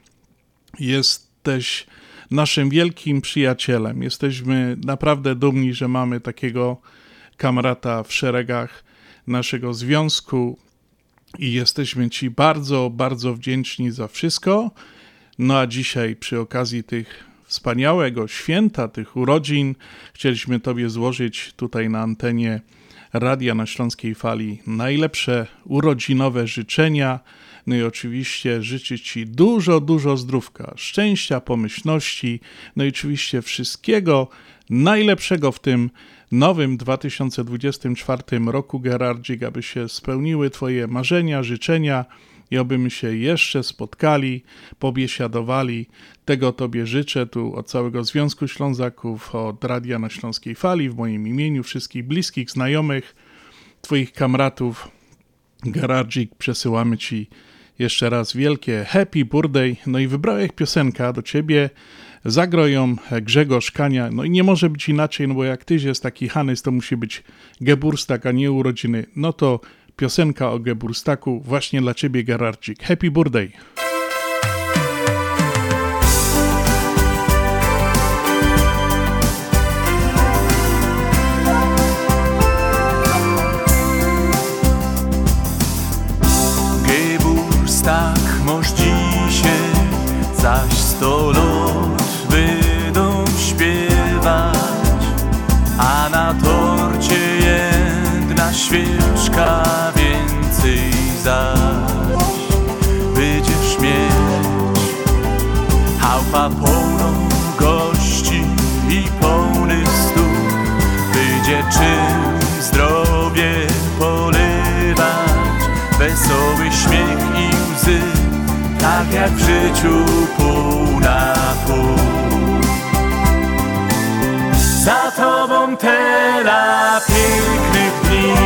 jesteś naszym wielkim przyjacielem. Jesteśmy naprawdę dumni, że mamy takiego kamrata w szeregach naszego związku i jesteśmy ci bardzo, bardzo wdzięczni za wszystko. No a dzisiaj przy okazji tych wspaniałego święta, tych urodzin, chcieliśmy tobie złożyć tutaj na antenie Radia na Śląskiej Fali najlepsze urodzinowe życzenia. No i oczywiście życzyć ci dużo, dużo zdrówka, szczęścia, pomyślności, no i oczywiście wszystkiego najlepszego w tym nowym 2024 roku, Gerardzik, aby się spełniły twoje marzenia, życzenia i abyśmy się jeszcze spotkali, pobiesiadowali. Tego tobie życzę tu od całego Związku Ślązaków, od Radia na Śląskiej Fali, w moim imieniu, wszystkich bliskich, znajomych, twoich kamratów. Gerardzik, przesyłamy ci jeszcze raz wielkie happy birthday. No i wybrałem piosenkę do ciebie, zagroją Grzegorz Kania. No i nie może być inaczej, no bo jak tyś jest taki Hanys, to musi być Geburstak, a nie urodziny. No to piosenka o Geburstaku właśnie dla ciebie, Gerardzik. Happy birthday! Geburstak moż dzisiaj, zaś 100 lat będą śpiewać, a na torcie jedna świeczka więcej zaś będziesz mieć. Chałupa pełną gości i pełny stół, będzie czym zdrowie polewać, wesoły śmiech i łzy, tak jak w życiu pół na pół. Za tobą tela pięknych dni,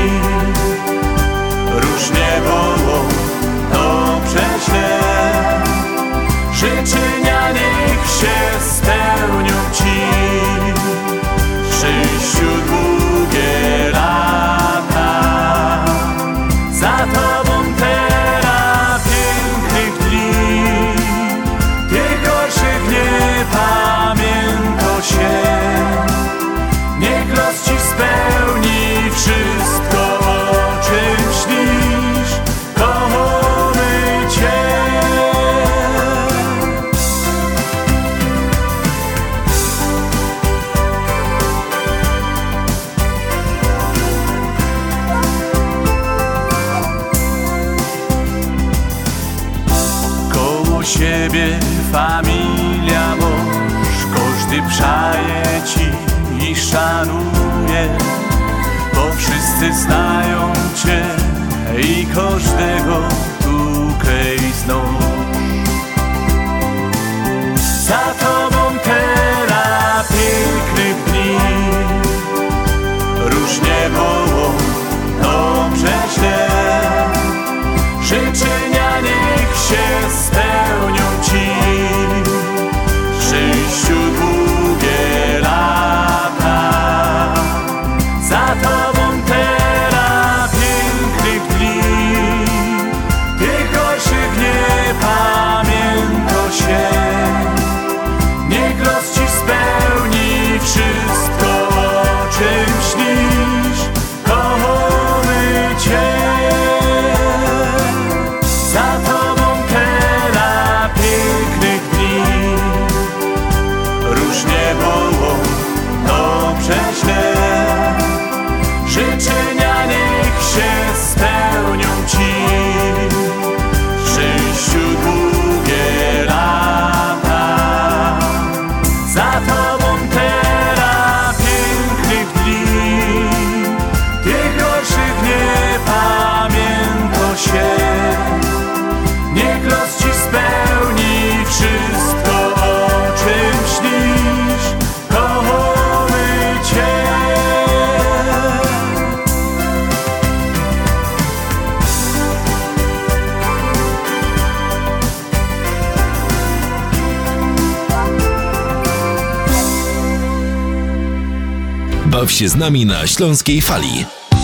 różnie było, dobrze źle, życzenia niech się spełnią ci, w szczęściu długie lata. Za tobą tela pięknych dni, tych gorszych nie pamięta się. Niech los ci spełni wszystko, o czym śnisz, kochamy cię. Koło siebie familia mąż, każdy przaje ci i szanuje, bo wszyscy znają cię i każdego tu tobą teraz pięknych dni, tych gorszych nie pamięta się. Niech los ci spełni wszystko, o czym śnisz, kochamy cię. Za tobą teraz pięknych dni, różnie było, dobrze źle. Życzenia niech się spełnią ci, w szczęściu długie lata. Za tobą teraz pięknych dni, tych gorszych nie pamięta się. Niech los ci spełni wszystko, o czym śnisz, kochamy cię. Baw się z nami na Śląskiej Fali.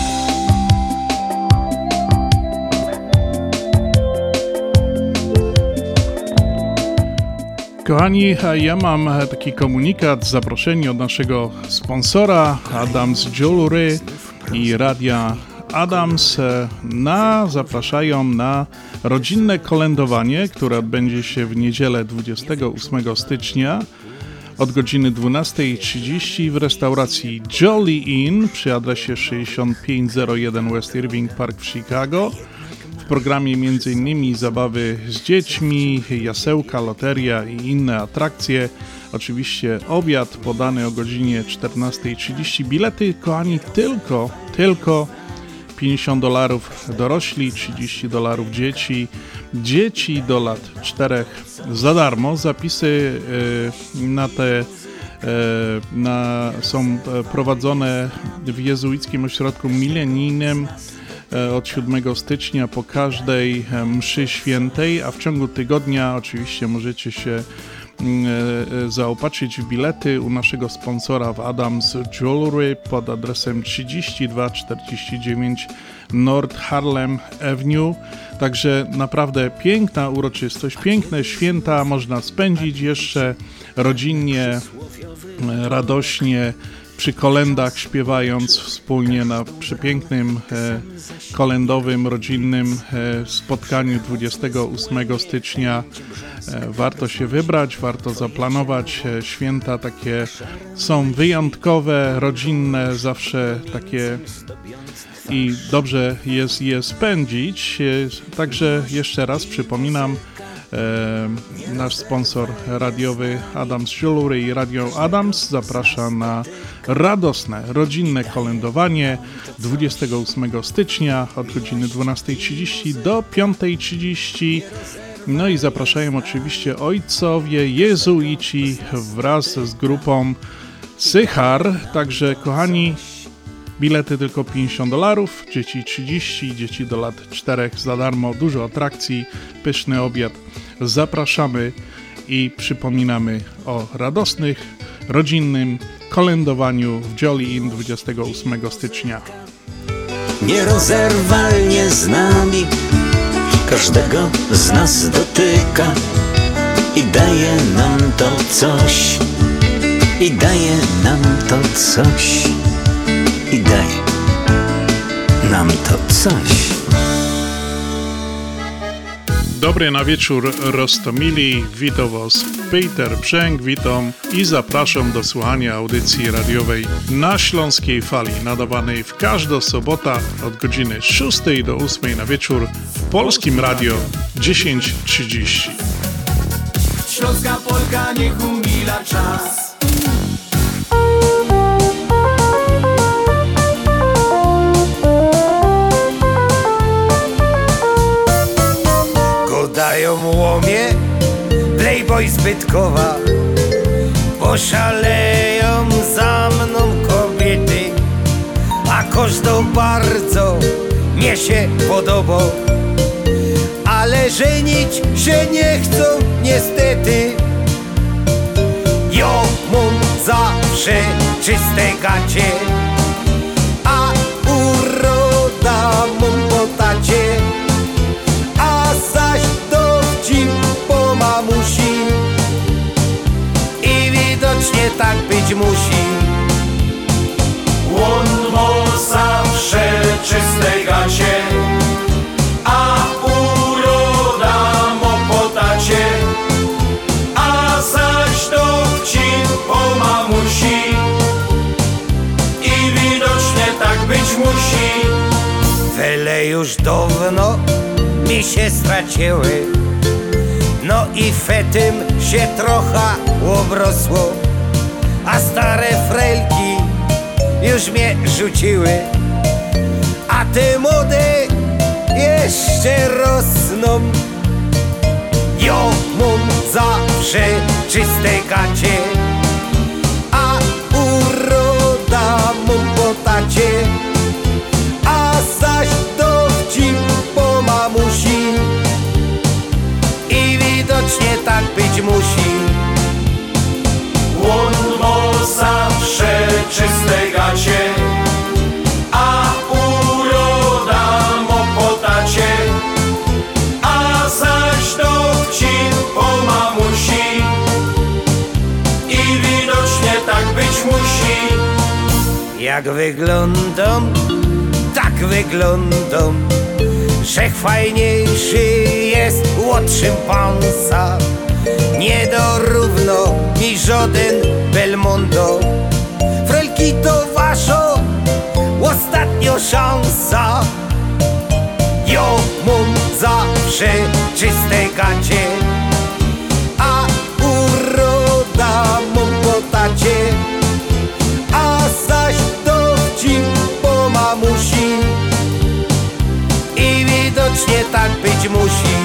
Kochani, ja mam taki komunikat, zaproszenie od naszego sponsora Adams Jewelry i Radia Adams zapraszają na rodzinne kolędowanie, które odbędzie się w niedzielę 28 stycznia od godziny 12:30 w restauracji Jolly Inn przy adresie 6501 West Irving Park w Chicago. W programie m.in. zabawy z dziećmi, jasełka, loteria i inne atrakcje. Oczywiście obiad podany o godzinie 14:30. Bilety, kochani, tylko $50 dorośli, $30 dzieci. Dzieci do lat 4 za darmo. Zapisy są prowadzone w jezuickim ośrodku milenijnym od 7 stycznia po każdej mszy świętej, a w ciągu tygodnia oczywiście możecie się zaopatrzyć w bilety u naszego sponsora w Adams Jewelry pod adresem 3249 North Harlem Avenue. Także naprawdę piękna uroczystość, piękne święta można spędzić jeszcze rodzinnie, radośnie, przy kolędach śpiewając wspólnie na przepięknym kolędowym, rodzinnym spotkaniu 28 stycznia. Warto się wybrać, warto zaplanować. Święta takie są wyjątkowe, rodzinne, zawsze takie i dobrze jest je spędzić. Także jeszcze raz przypominam, nasz sponsor radiowy Adams Jewelry i Radio Adams zaprasza na radosne, rodzinne kolędowanie 28 stycznia od godziny 12:30 do 5:30. No i zapraszają oczywiście ojcowie jezuici wraz z grupą Sychar. Także kochani, bilety tylko $50, dzieci 30, dzieci do lat 4 za darmo, dużo atrakcji, pyszny obiad. Zapraszamy i przypominamy o radosnych, rodzinnym kolędowaniu w Jolly Inn 28 stycznia. Nierozerwalnie z nami, każdego z nas dotyka i daje nam to coś, i daje nam to coś, i daje nam to coś. Dobry na wieczór, Rostomili, witam Was Peter Brzęk, witam i zapraszam do słuchania audycji radiowej na Śląskiej Fali, nadawanej w każdą sobotę od godziny 6 do 8 na wieczór w Polskim Radio 10:30. Śląska Polka niech umila czas. Dają łomie, playboy z Bytkowa, poszaleją za mną kobiety, a każdą bardzo mnie się podoba, ale żenić się nie chcą niestety. Ja mam zawsze czyste gacie, a być musi. Wele już dawno mi się straciły, no i fetym się trochę obrosło, a stare frelki już mnie rzuciły, a te młode jeszcze rosną. Ja mam zawsze czyste gacie, a uroda mam po tacie, a zaś dowcip po mamusi. I widocznie tak być musi. On ma zawsze czyste gacie, a uroda mo po tacie, a zaś dowcip po mamusi. I widocznie tak być musi. Jak wyglądam, tak wyglądam, że fajniejszy jest od szympansa. Nie dorówno mi żaden Belmondo. Frelki to wasza ostatnia szansa. Ja mam zawsze czyste gacie, a uroda mam po tacie, a zaś dowcip po mamusi. I widocznie tak być musi.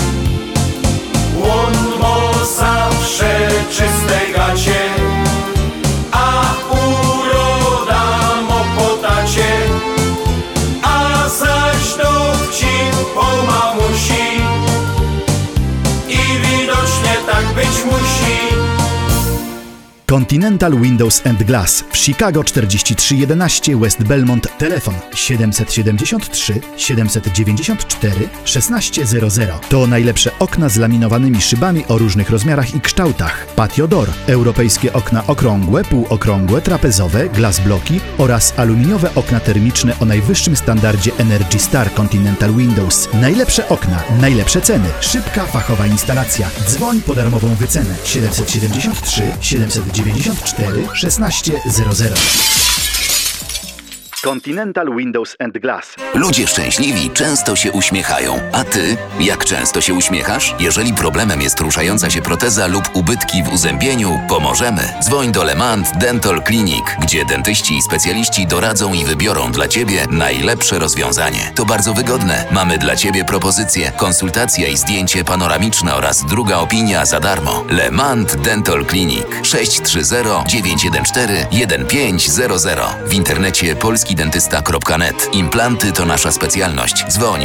On ma zawsze czyste gacie, a uroda mo po tacie, a zaś dowcip po mamusi. I widocznie tak być musi. Continental Windows and Glass w Chicago 4311 West Belmont. Telefon 773 794 1600. To najlepsze okna z laminowanymi szybami o różnych rozmiarach i kształtach. Patio Door, europejskie okna okrągłe, półokrągłe, trapezowe, glass bloki oraz aluminiowe okna termiczne o najwyższym standardzie Energy Star Continental Windows. Najlepsze okna, najlepsze ceny, szybka, fachowa instalacja. Dzwoń po darmową wycenę 773 794 1600. Continental Windows and Glass. Ludzie szczęśliwi często się uśmiechają. A ty? Jak często się uśmiechasz? Jeżeli problemem jest ruszająca się proteza lub ubytki w uzębieniu, pomożemy. Dzwoń do Lemant Dental Clinic, gdzie dentyści i specjaliści doradzą i wybiorą dla ciebie najlepsze rozwiązanie. To bardzo wygodne. Mamy dla ciebie propozycję, konsultacja i zdjęcie panoramiczne oraz druga opinia za darmo. Lemant Dental Clinic 630-914-1500. W internecie polskidentysta.net. Implanty to nasza specjalność. Dzwoń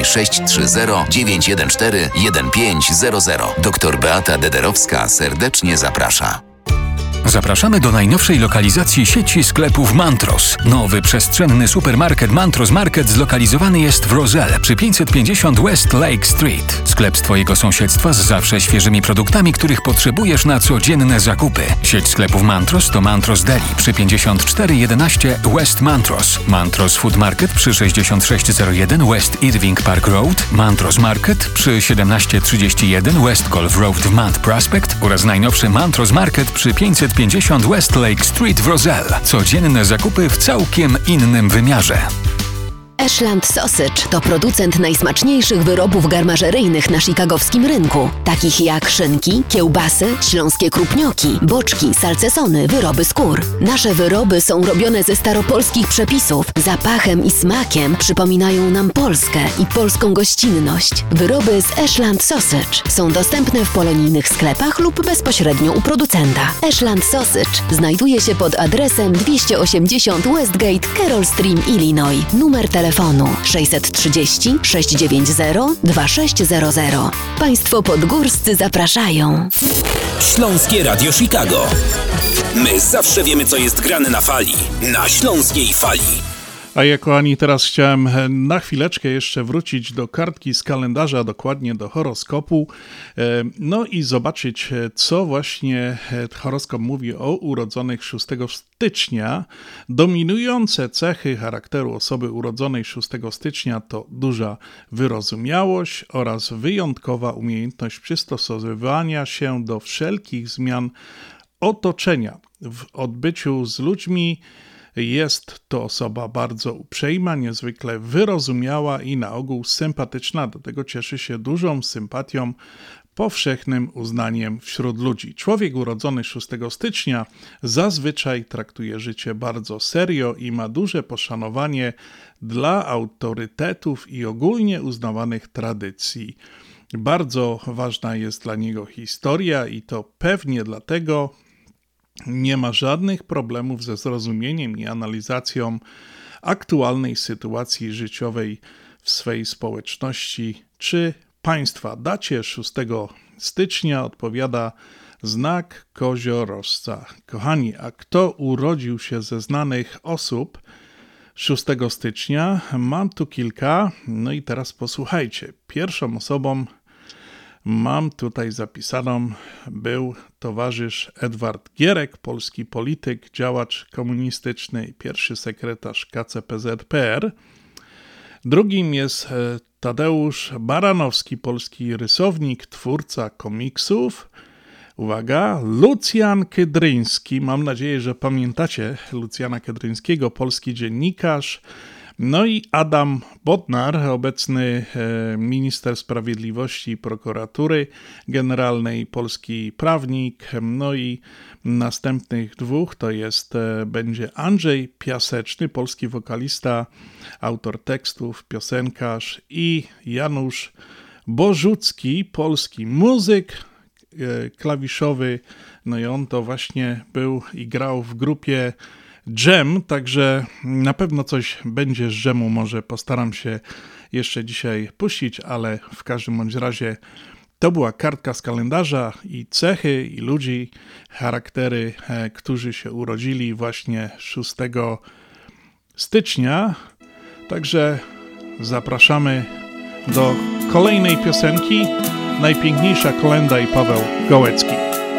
630-914-1500. Dr Beata Dederowska serdecznie zaprasza. Zapraszamy do najnowszej lokalizacji sieci sklepów Mantros. Nowy przestrzenny supermarket Mantros Market zlokalizowany jest w Roselle przy 550 West Lake Street. Sklep z twojego sąsiedztwa z zawsze świeżymi produktami, których potrzebujesz na codzienne zakupy. Sieć sklepów Mantros to Mantros Deli przy 5411 West Mantros. Mantros Food Market przy 6601 West Irving Park Road. Mantros Market przy 1731 West Golf Road w Mount Prospect oraz najnowszy Mantros Market przy 550 West Lake Street w Roselle. Codzienne zakupy w całkiem innym wymiarze. Ashland Sausage to producent najsmaczniejszych wyrobów garmażeryjnych na chicagowskim rynku, takich jak szynki, kiełbasy, śląskie krupnioki, boczki, salcesony, wyroby skór. Nasze wyroby są robione ze staropolskich przepisów. Zapachem i smakiem przypominają nam Polskę i polską gościnność. Wyroby z Ashland Sausage są dostępne w polonijnych sklepach lub bezpośrednio u producenta. Ashland Sausage znajduje się pod adresem 280 Westgate, Carroll Stream, Illinois. Numer telefonu 630 690 2600. Państwo podgórscy zapraszają. Śląskie Radio Chicago. My zawsze wiemy, co jest grane na fali. Na Śląskiej Fali. A ja, kochani, teraz chciałem na chwileczkę jeszcze wrócić do kartki z kalendarza, dokładnie do horoskopu, no i zobaczyć, co właśnie horoskop mówi o urodzonych 6 stycznia. Dominujące cechy charakteru osoby urodzonej 6 stycznia to duża wyrozumiałość oraz wyjątkowa umiejętność przystosowywania się do wszelkich zmian otoczenia. W odbyciu z ludźmi Jest to osoba bardzo uprzejma, niezwykle wyrozumiała i na ogół sympatyczna. Do tego cieszy się dużą sympatią, powszechnym uznaniem wśród ludzi. Człowiek urodzony 6 stycznia zazwyczaj traktuje życie bardzo serio i ma duże poszanowanie dla autorytetów i ogólnie uznawanych tradycji. Bardzo ważna jest dla niego historia i to pewnie dlatego nie ma żadnych problemów ze zrozumieniem i analizacją aktualnej sytuacji życiowej w swej społeczności czy państwa. Dacie 6 stycznia odpowiada znak koziorożca. Kochani, a kto urodził się ze znanych osób 6 stycznia? Mam tu kilka, no i teraz posłuchajcie. Pierwszą osobą mam tutaj zapisaną był towarzysz Edward Gierek, polski polityk, działacz komunistyczny, pierwszy sekretarz KCPZPR. Drugim jest Tadeusz Baranowski, polski rysownik, twórca komiksów. Uwaga, Lucjan Kydryński, mam nadzieję, że pamiętacie Lucjana Kydryńskiego, polski dziennikarz. No i Adam Bodnar, obecny minister sprawiedliwości i prokuratury generalnej, polski prawnik. No i następnych dwóch to będzie Andrzej Piaseczny, polski wokalista, autor tekstów, piosenkarz, i Janusz Bożucki, polski muzyk klawiszowy. No i on to właśnie był i grał w grupie Dżem, także na pewno coś będzie z Dżemu, może postaram się jeszcze dzisiaj puścić, ale w każdym bądź razie to była kartka z kalendarza i cechy i ludzi, charaktery, którzy się urodzili właśnie 6 stycznia. Także zapraszamy do kolejnej piosenki. Najpiękniejsza kolenda i Paweł Gołecki.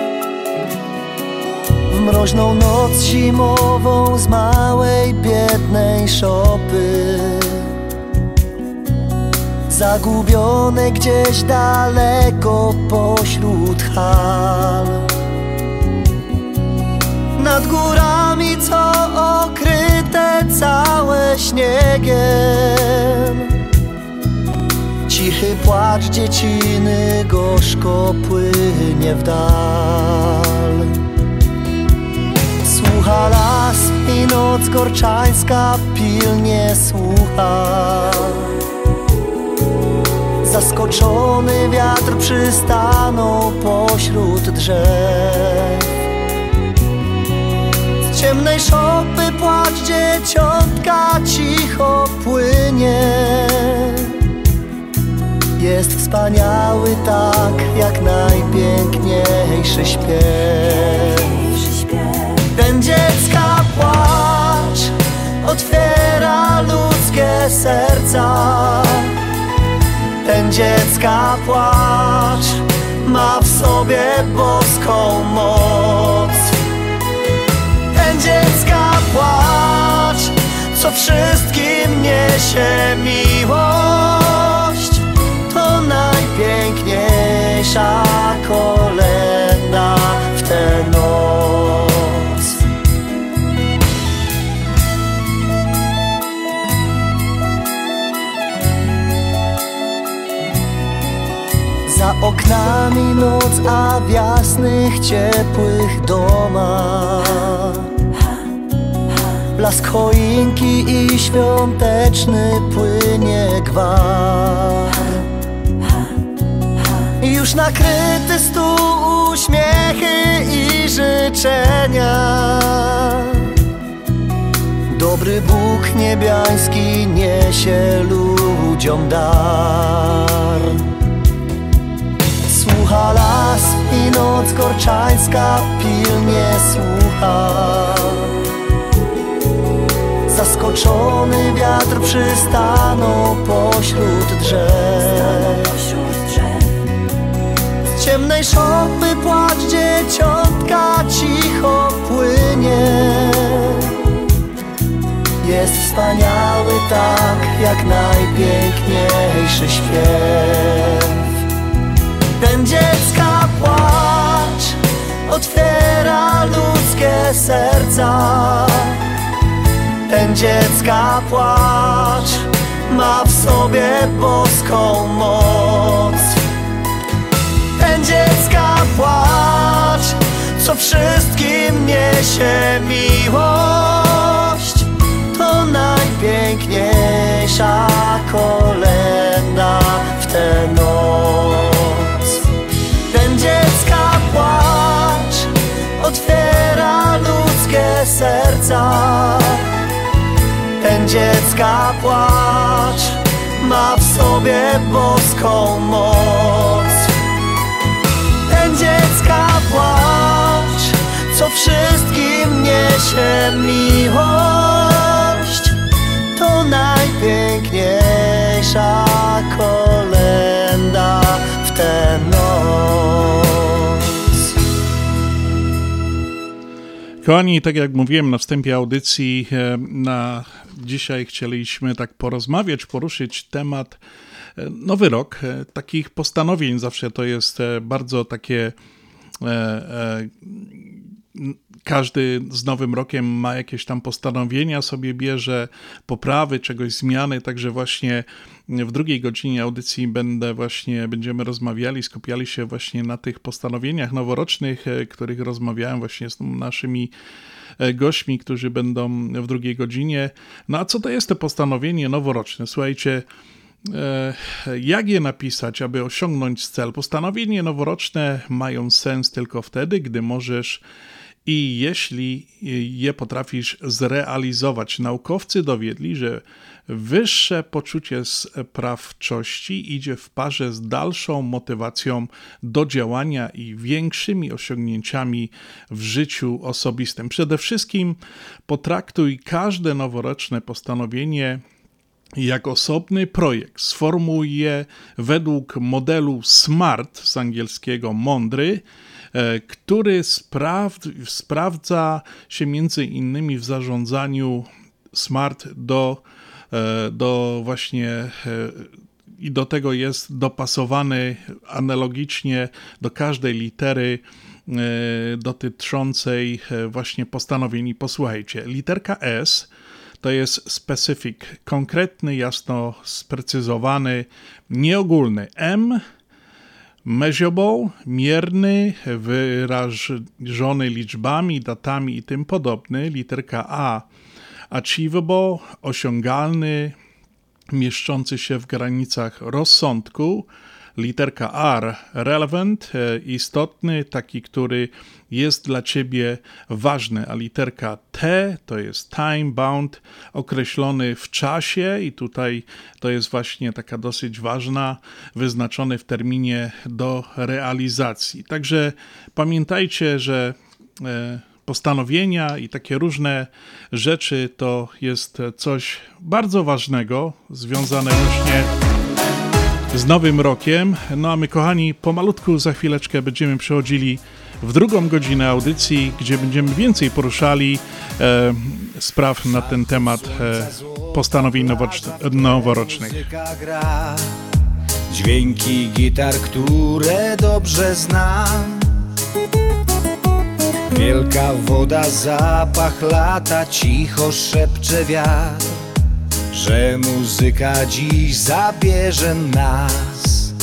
W mroźną noc zimową z małej, biednej szopy, zagubione gdzieś daleko pośród hal, nad górami, co okryte całe śniegiem, cichy płacz dzieciny gorzko płynie w dal. Słucha las i noc korczańska pilnie słucha. Zaskoczony wiatr przystanął pośród drzew. Z ciemnej szopy płacz dzieciątka cicho płynie. Jest wspaniały tak jak najpiękniejszy śpiew. Ten dziecka płacz otwiera ludzkie serca. Ten dziecka płacz ma w sobie boską moc. Ten dziecka płacz, co wszystkim niesie miłość. To najpiękniejsza kolenda w tę noc. Za oknami noc, a w jasnych, ciepłych domach blask choinki i świąteczny płynie gwar. Już nakryty stół, uśmiechy i życzenia. Dobry Bóg niebiański niesie ludziom dar. Słucha las i noc korczańska pilnie słucha. Zaskoczony wiatr przystanął pośród drzew. Z ciemnej szopy płacz dzieciątka cicho płynie. Jest wspaniały tak jak najpiękniejszy śpiew. Ten dziecka płacz otwiera ludzkie serca. Ten dziecka płacz ma w sobie boską moc. Ten dziecka płacz, co wszystkim niesie miłość. To najpiękniejsza kolenda w tę noc. Ten dziecka płacz otwiera ludzkie serca. Ten dziecka płacz ma w sobie boską moc. Ten dziecka płacz, co wszystkim niesie miłość. To najpiękniejsza kolenda w tę noc. Kochani, tak jak mówiłem na wstępie audycji, dzisiaj chcieliśmy tak porozmawiać, poruszyć temat Nowy Rok, takich postanowień. Zawsze to jest bardzo takie, każdy z Nowym Rokiem ma jakieś tam postanowienia, sobie bierze poprawy, czegoś zmiany, także właśnie w drugiej godzinie audycji będziemy rozmawiali, skupiali się właśnie na tych postanowieniach noworocznych, których rozmawiałem właśnie z naszymi gośćmi, którzy będą w drugiej godzinie. No a co to jest to postanowienie noworoczne? Słuchajcie, jak je napisać, aby osiągnąć cel? Postanowienia noworoczne mają sens tylko wtedy, gdy możesz i jeśli je potrafisz zrealizować. Naukowcy dowiedli, że wyższe poczucie sprawczości idzie w parze z dalszą motywacją do działania i większymi osiągnięciami w życiu osobistym. Przede wszystkim potraktuj każde noworoczne postanowienie jak osobny projekt. Sformułuj je według modelu SMART, z angielskiego mądry, który sprawdza się między innymi w zarządzaniu SMART do właśnie i do tego jest dopasowany analogicznie do każdej litery dotyczącej właśnie postanowień. I posłuchajcie, literka S to jest specific, konkretny, jasno sprecyzowany, nieogólny. M, measurable, mierny, wyrażony liczbami, datami i tym podobny. Literka A, achievable, osiągalny, mieszczący się w granicach rozsądku. Literka R, relevant, istotny, taki, który jest dla ciebie ważny, a literka T to jest time bound, określony w czasie i tutaj to jest właśnie taka dosyć ważna, wyznaczony w terminie do realizacji. Także pamiętajcie, że postanowienia i takie różne rzeczy to jest coś bardzo ważnego, związane właśnie z Nowym Rokiem. No a my, kochani, pomalutku za chwileczkę będziemy przechodzili w drugą godzinę audycji, gdzie będziemy więcej poruszali spraw na ten temat postanowień noworocznych. Dźwięki gitar, które dobrze znam. Wielka woda, zapach lata, cicho szepcze wiatr, że muzyka dziś zabierze nas.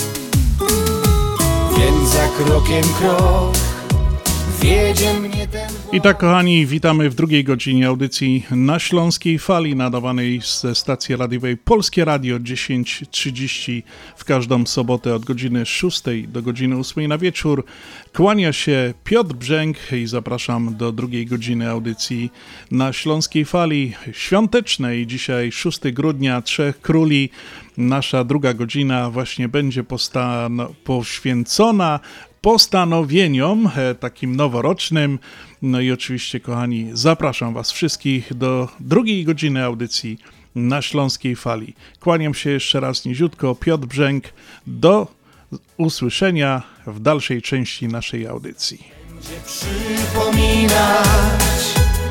Więc za krokiem krok wiedzie mnie ten... I tak, kochani, witamy w drugiej godzinie audycji na Śląskiej Fali, nadawanej ze stacji radiowej Polskie Radio 10:30 w każdą sobotę od godziny 6 do godziny 8 na wieczór. Kłania się Piotr Brzęk i zapraszam do drugiej godziny audycji na Śląskiej Fali świątecznej. Dzisiaj 6 grudnia, Trzech Króli. Nasza druga godzina właśnie będzie poświęcona postanowieniom takim noworocznym. No i oczywiście, kochani, zapraszam was wszystkich do drugiej godziny audycji na Śląskiej Fali. Kłaniam się jeszcze raz niziutko, Piotr Brzęk. Do usłyszenia w dalszej części naszej audycji. Będzie przypominać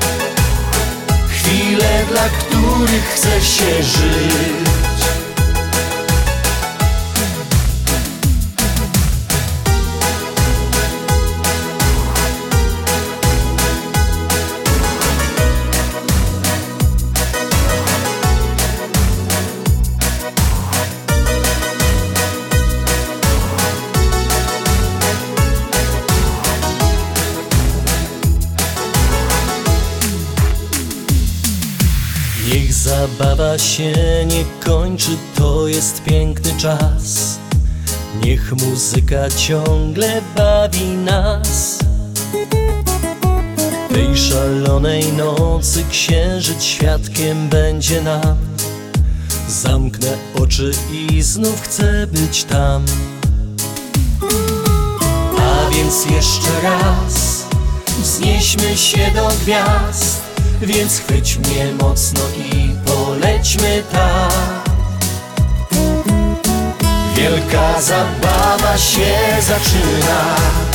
chwile, dla których chce się żyć. Zabawa się nie kończy, to jest piękny czas. Niech muzyka ciągle bawi nas. Tej szalonej nocy księżyc świadkiem będzie nam. Zamknę oczy i znów chcę być tam. A więc jeszcze raz wznieśmy się do gwiazd. Więc chwyć mnie mocno i polećmy tak. Wielka zabawa się zaczyna.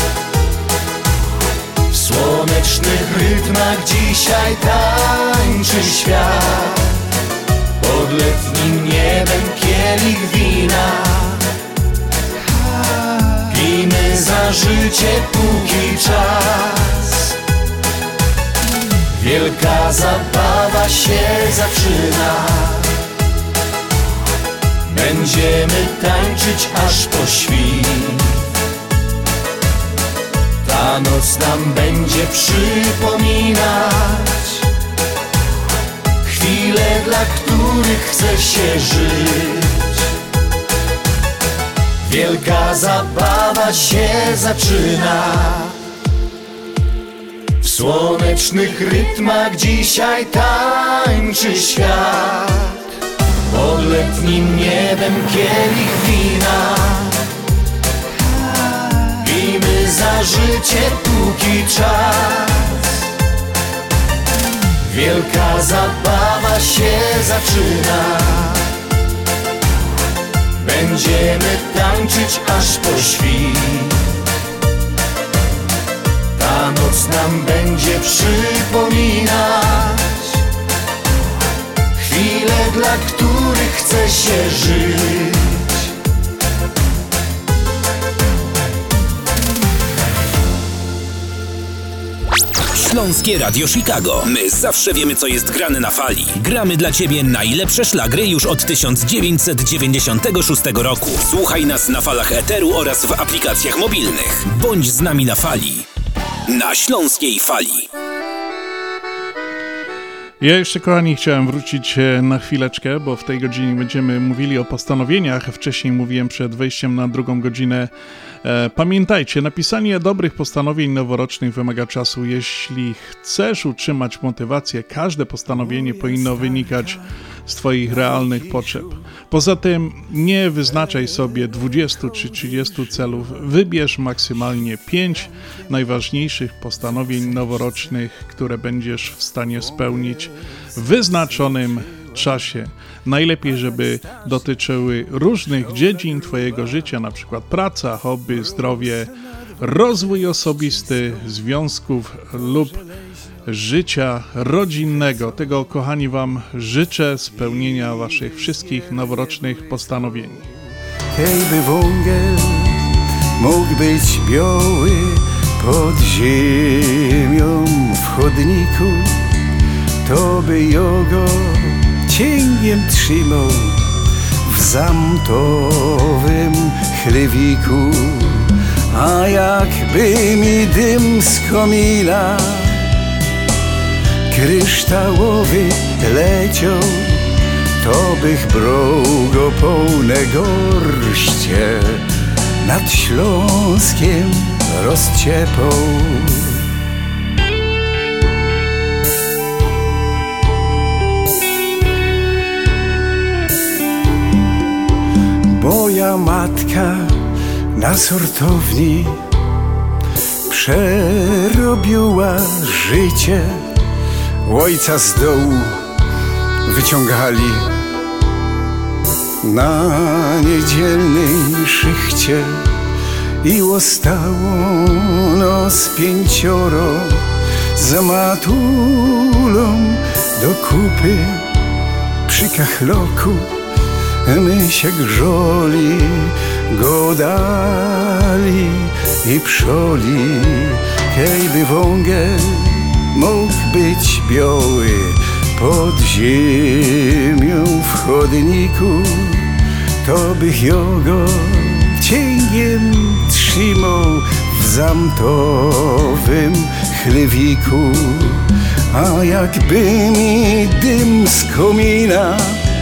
W słonecznych rytmach dzisiaj tańczy świat. Pod letnim niebem kielich wina. Pijmy za życie, póki czas. Wielka zabawa się zaczyna. Będziemy tańczyć aż po świt. Ta noc nam będzie przypominać chwile, dla których chce się żyć. Wielka zabawa się zaczyna. W słonecznych rytmach dzisiaj tańczy świat. Pod letnim niebem kielich wina. Pijmy za życie, póki czas. Wielka zabawa się zaczyna. Będziemy tańczyć aż po świt. Ta noc nam będzie przypominać chwile, dla których chce się żyć. Śląskie Radio Chicago. My zawsze wiemy, co jest grane na fali. Gramy dla Ciebie najlepsze szlagry już od 1996 roku. Słuchaj nas na falach eteru oraz w aplikacjach mobilnych. Bądź z nami na fali. Na Śląskiej Fali. Ja jeszcze, kochani, chciałem wrócić na chwileczkę, bo w tej godzinie będziemy mówili o postanowieniach. Wcześniej mówiłem przed wejściem na drugą godzinę. Pamiętajcie, napisanie dobrych postanowień noworocznych wymaga czasu. Jeśli chcesz utrzymać motywację, każde postanowienie powinno wynikać z Twoich realnych potrzeb. Poza tym nie wyznaczaj sobie 20 czy 30 celów. Wybierz maksymalnie 5 najważniejszych postanowień noworocznych, które będziesz w stanie spełnić w wyznaczonym czasie. Najlepiej, żeby dotyczyły różnych dziedzin Twojego życia, na przykład praca, hobby, zdrowie, rozwój osobisty, związków lub życia rodzinnego. Tego, kochani, Wam życzę, spełnienia Waszych wszystkich noworocznych postanowień. Hejby wągiel mógł być biały pod ziemią w chodniku, to by jego cięgiem trzymał w zamtowym chlewiku. A jakby mi dym z komina kryształowy leciał, to bych brał go pełne gorście, nad Śląskiem rozciepał. Moja matka na sortowni przerobiła życie. Ojca z dołu wyciągali na niedzielnej szychcie i ostało nos 5 z matulą do kupy przy kachloku. My się grzoli, godali i przoli, kejby wągiel mógł być biały pod ziemią w chodniku, to bych jego cięgiem trzymał w zamtowym chlewiku. A jakby mi dym z komina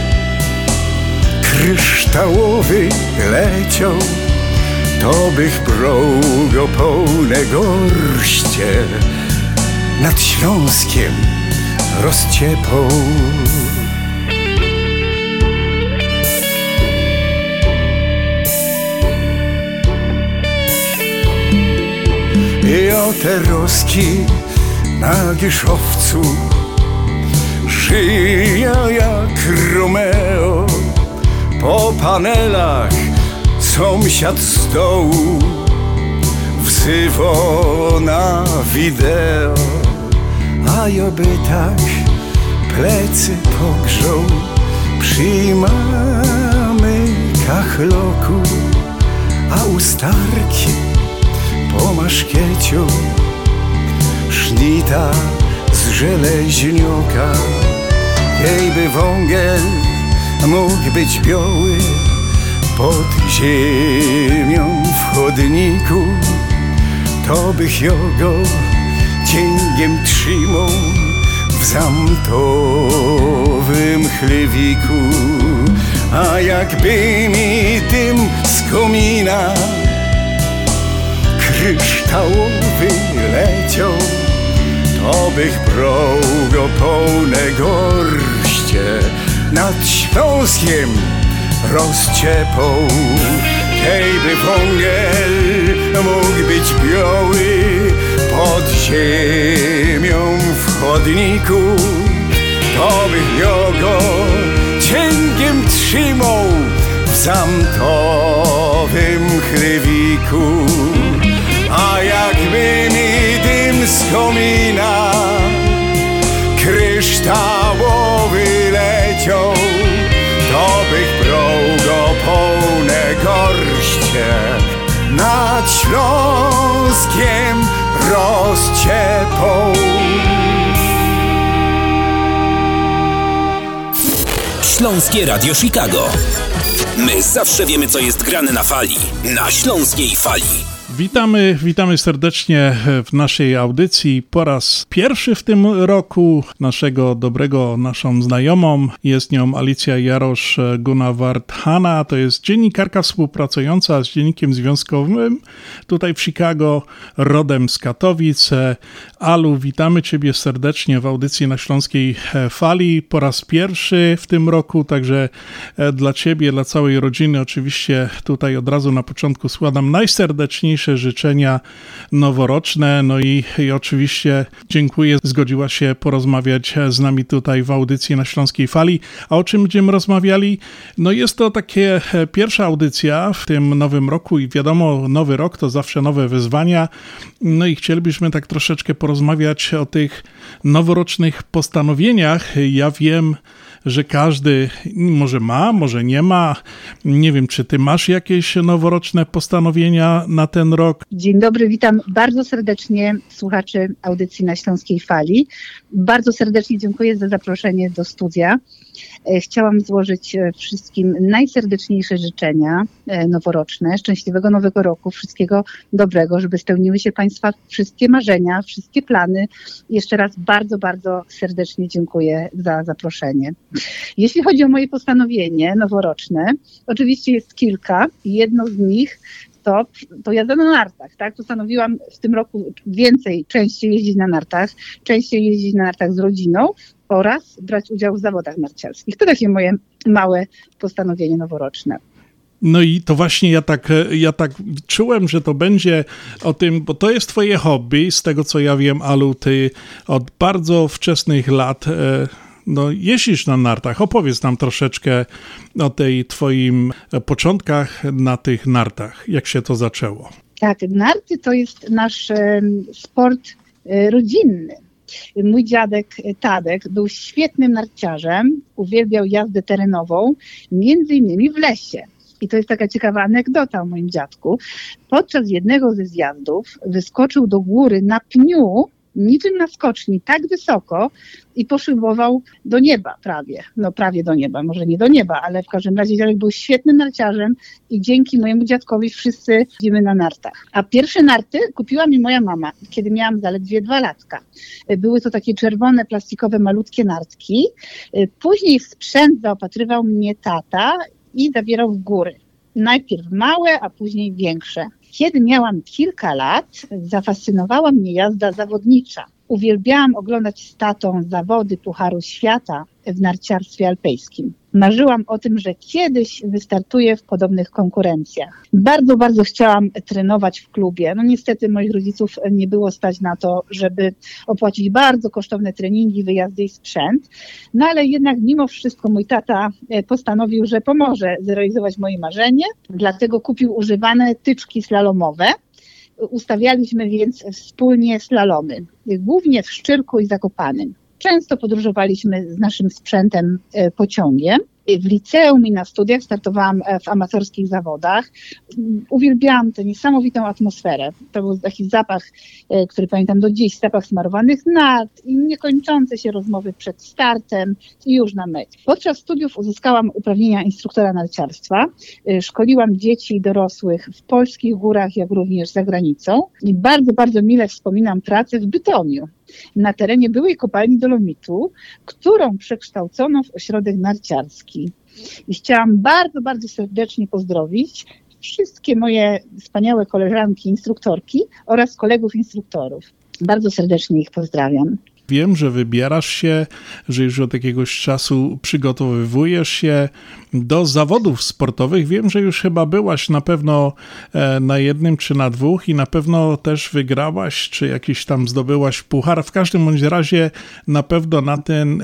kryształowy leciał, to bych brał go pełne gorście, nad Śląskiem rozciepał. I o te roski na Giszowcu żyje jak Romeo. Po panelach sąsiad z dołu wzywa na wideo, a ja by tak plecy pogrzał przy mamy kachloku, a u starki po maszkieciu sznita z żeleźnioka. Jej by wągiel mógł być biały pod ziemią w chodniku, to bych go cięgiem trzymał w zamtowym chlewiku. A jakby mi dym z komina kryształowy leciał, to bych brał go pełne gorście, nad Śląskiem rozciepał. Kejby wągiel mógł być biały pod ziemią w chodniku, to bych go cięgiem trzymał w zamtowym chlewiku. A jakby mi dym z komina kryształowy leciał, to bych brał go pełne gorście, nad Śląskiem rozciepał. Śląskie Radio Chicago. My zawsze wiemy, co jest grane na fali. Na Śląskiej Fali. Witamy serdecznie w naszej audycji. Po raz pierwszy w tym roku naszą znajomą. Jest nią Alicja Jarosz Gunaward-Hanna. To jest dziennikarka współpracująca z Dziennikiem Związkowym tutaj w Chicago, rodem z Katowic. Alu, witamy Ciebie serdecznie w audycji na Śląskiej Fali. Po raz pierwszy w tym roku, także dla Ciebie, dla całej rodziny oczywiście tutaj od razu na początku składam najserdeczniejsze życzenia noworoczne, no i oczywiście dziękuję, zgodziła się porozmawiać z nami tutaj w audycji na Śląskiej Fali. A o czym będziemy rozmawiali? No jest to takie pierwsza audycja w tym nowym roku i wiadomo, nowy rok to zawsze nowe wyzwania, no i chcielibyśmy tak troszeczkę porozmawiać o tych noworocznych postanowieniach. Ja wiem, że każdy może ma, może nie ma. Nie wiem, czy ty masz jakieś noworoczne postanowienia na ten rok? Dzień dobry, witam bardzo serdecznie słuchaczy audycji na Śląskiej Fali. Bardzo serdecznie dziękuję za zaproszenie do studia. Chciałam złożyć wszystkim najserdeczniejsze życzenia noworoczne, szczęśliwego nowego roku, wszystkiego dobrego, żeby spełniły się Państwa wszystkie marzenia, wszystkie plany. Jeszcze raz bardzo, bardzo serdecznie dziękuję za zaproszenie. Jeśli chodzi o moje postanowienie noworoczne, oczywiście jest kilka i jedno z nich to jazda na nartach, tak? Postanowiłam w tym roku częściej jeździć na nartach z rodziną oraz brać udział w zawodach narciarskich. To takie moje małe postanowienie noworoczne. No i to właśnie ja tak czułem, że to będzie o tym, bo to jest twoje hobby, z tego co ja wiem, Alu, ty od bardzo wczesnych lat jeździsz na nartach. Opowiedz nam troszeczkę o tej twoim początkach na tych nartach. Jak się to zaczęło? Tak, narty to jest nasz sport rodzinny. Mój dziadek Tadek był świetnym narciarzem, uwielbiał jazdę terenową, między innymi w lesie. I to jest taka ciekawa anegdota o moim dziadku. Podczas jednego ze zjazdów wyskoczył do góry na pniu, niczym na skoczni, tak wysoko i poszybował do nieba prawie do nieba, może nie do nieba, ale w każdym razie dziadek był świetnym narciarzem i dzięki mojemu dziadkowi wszyscy jeździmy na nartach. A pierwsze narty kupiła mi moja mama, kiedy miałam zaledwie 2 latka. Były to takie czerwone, plastikowe, malutkie nartki. Później w sprzęt zaopatrywał mnie tata i zabierał w góry. Najpierw małe, a później większe. Kiedy miałam kilka lat, zafascynowała mnie jazda zawodnicza. Uwielbiałam oglądać z tatą zawody Pucharu Świata w narciarstwie alpejskim. Marzyłam o tym, że kiedyś wystartuję w podobnych konkurencjach. Bardzo, bardzo chciałam trenować w klubie. No niestety moich rodziców nie było stać na to, żeby opłacić bardzo kosztowne treningi, wyjazdy i sprzęt. No ale jednak mimo wszystko mój tata postanowił, że pomoże zrealizować moje marzenie. Dlatego kupił używane tyczki slalomowe. Ustawialiśmy więc wspólnie slalomy, głównie w Szczyrku i Zakopanem. Często podróżowaliśmy z naszym sprzętem pociągiem. W liceum i na studiach startowałam w amatorskich zawodach. Uwielbiałam tę niesamowitą atmosferę. To był taki zapach, który pamiętam do dziś, zapach smarowanych nart i niekończące się rozmowy przed startem i już na mecie. Podczas studiów uzyskałam uprawnienia instruktora narciarstwa. Szkoliłam dzieci i dorosłych w polskich górach, jak również za granicą. I bardzo, bardzo mile wspominam pracę w Bytomiu, na terenie byłej kopalni dolomitu, którą przekształcono w ośrodek narciarski. I chciałam bardzo, bardzo serdecznie pozdrowić wszystkie moje wspaniałe koleżanki, instruktorki oraz kolegów instruktorów. Bardzo serdecznie ich pozdrawiam. Wiem, że wybierasz się, że już od jakiegoś czasu przygotowywujesz się do zawodów sportowych. Wiem, że już chyba byłaś na pewno na jednym czy na dwóch i na pewno też wygrałaś, czy jakiś tam zdobyłaś puchar. W każdym bądź razie na pewno na ten,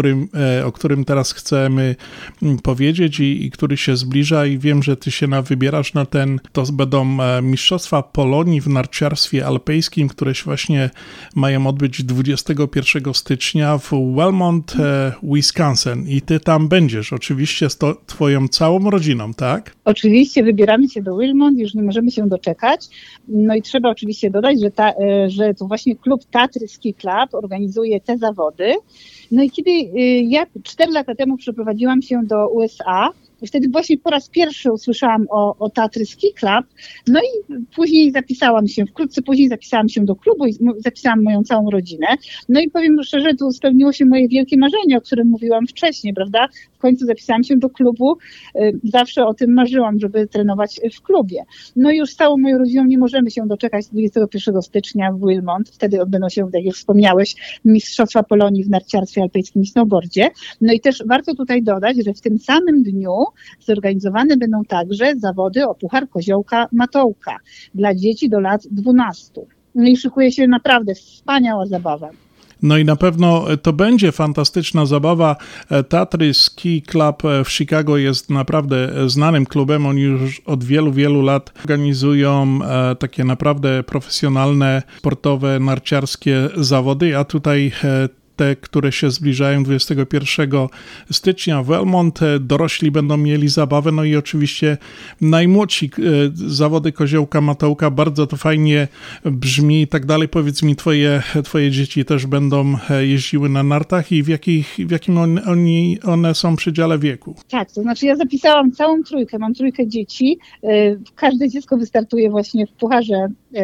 o którym teraz chcemy powiedzieć i który się zbliża i wiem, że ty się wybierasz na ten, to będą Mistrzostwa Polonii w narciarstwie alpejskim, które się właśnie mają odbyć 21 stycznia w Wellmont, Wisconsin i ty tam będziesz, oczywiście z twoją całą rodziną, tak? Oczywiście wybieramy się do Wellmont, już nie możemy się doczekać. No i trzeba oczywiście dodać, że to właśnie klub Tatry Ski Club organizuje te zawody. No i kiedy ja 4 lata temu przeprowadziłam się do USA, wtedy właśnie po raz pierwszy usłyszałam o Tatry Ski Club, no i później wkrótce później zapisałam się do klubu i zapisałam moją całą rodzinę. No i powiem szczerze, tu spełniło się moje wielkie marzenie, o którym mówiłam wcześniej, prawda? W końcu zapisałam się do klubu, zawsze o tym marzyłam, żeby trenować w klubie. No i już z całą moją rodziną nie możemy się doczekać 21 stycznia w Wellmont. Wtedy odbędą się, tak jak wspomniałeś, Mistrzostwa Polonii w narciarstwie alpejskim i snowboardzie. No i też warto tutaj dodać, że w tym samym dniu zorganizowane będą także zawody o Puchar Koziołka Matołka dla dzieci do lat 12. No i szykuje się naprawdę wspaniała zabawa. No i na pewno to będzie fantastyczna zabawa. Tatry Ski Club w Chicago jest naprawdę znanym klubem. Oni już od wielu, wielu lat organizują takie naprawdę profesjonalne, sportowe, narciarskie zawody, a tutaj te, które się zbliżają 21 stycznia w Wellmont. Dorośli będą mieli zabawę, no i oczywiście najmłodsi zawody Koziołka Matołka. Bardzo to fajnie brzmi i tak dalej. Powiedz mi, twoje dzieci też będą jeździły na nartach i w jakim one są przedziale wieku? Tak, to znaczy ja zapisałam całą trójkę, mam 3 dzieci. Każde dziecko wystartuje właśnie w Pucharze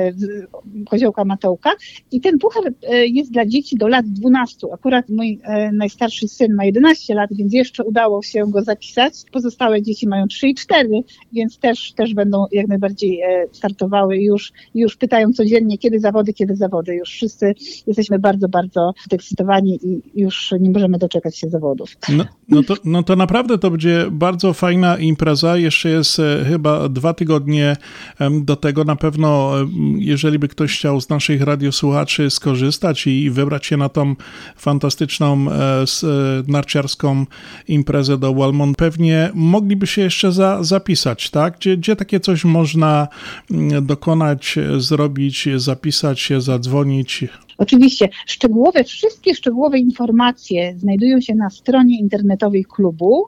Koziołka Matołka i ten puchar jest dla dzieci do lat 12. Akurat mój najstarszy syn ma 11 lat, więc jeszcze udało się go zapisać. Pozostałe dzieci mają 3 i 4, więc też będą jak najbardziej startowały. Już pytają codziennie, kiedy zawody. Już wszyscy jesteśmy bardzo, bardzo podekscytowani i już nie możemy doczekać się zawodów. No to naprawdę to będzie bardzo fajna impreza. Jeszcze jest chyba 2 tygodnie do tego. Na pewno, jeżeli by ktoś chciał z naszych radiosłuchaczy skorzystać i wybrać się na tą fantastyczną narciarską imprezę do Wellmont, pewnie mogliby się jeszcze zapisać, tak? Gdzie takie coś można dokonać, zrobić, zapisać się, zadzwonić? Oczywiście. Wszystkie szczegółowe informacje znajdują się na stronie internetowej klubu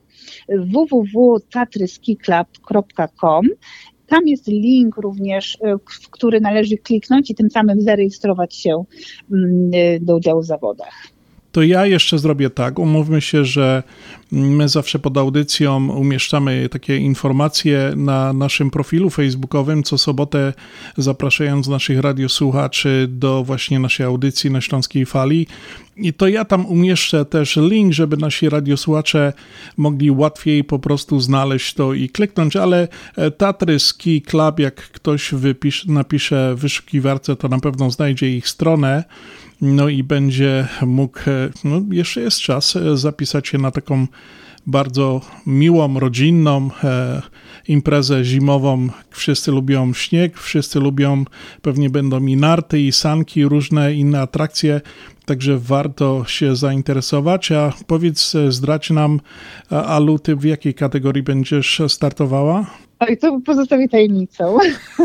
www.tatryskiclub.com. Tam jest link również, w który należy kliknąć i tym samym zarejestrować się do udziału w zawodach. to ja jeszcze zrobię tak. Umówmy się, że my zawsze pod audycją umieszczamy takie informacje na naszym profilu facebookowym co sobotę, zapraszając naszych radiosłuchaczy do właśnie naszej audycji na Śląskiej Fali. I to ja tam umieszczę też link, żeby nasi radiosłuchacze mogli łatwiej po prostu znaleźć to i kliknąć, ale Tatry Ski Club, jak ktoś napisze w wyszukiwarce, to na pewno znajdzie ich stronę. No i będzie mógł, jeszcze jest czas, zapisać się na taką bardzo miłą, rodzinną imprezę zimową. Wszyscy lubią śnieg, wszyscy lubią, pewnie będą i narty, i sanki, różne inne atrakcje, także warto się zainteresować. A powiedz, zdradź nam, Alu, ty w jakiej kategorii będziesz startowała? Oj, to pozostawię tajemnicą.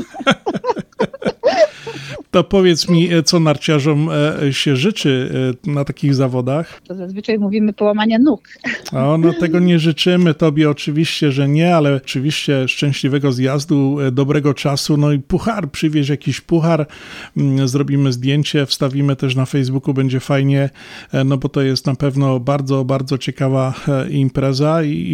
To powiedz mi, co narciarzom się życzy na takich zawodach? To zazwyczaj mówimy połamania nóg. O, no tego nie życzymy tobie oczywiście, że nie, ale oczywiście szczęśliwego zjazdu, dobrego czasu, no i puchar, przywieź jakiś puchar, zrobimy zdjęcie, wstawimy też na Facebooku, będzie fajnie, no bo to jest na pewno bardzo, bardzo ciekawa impreza i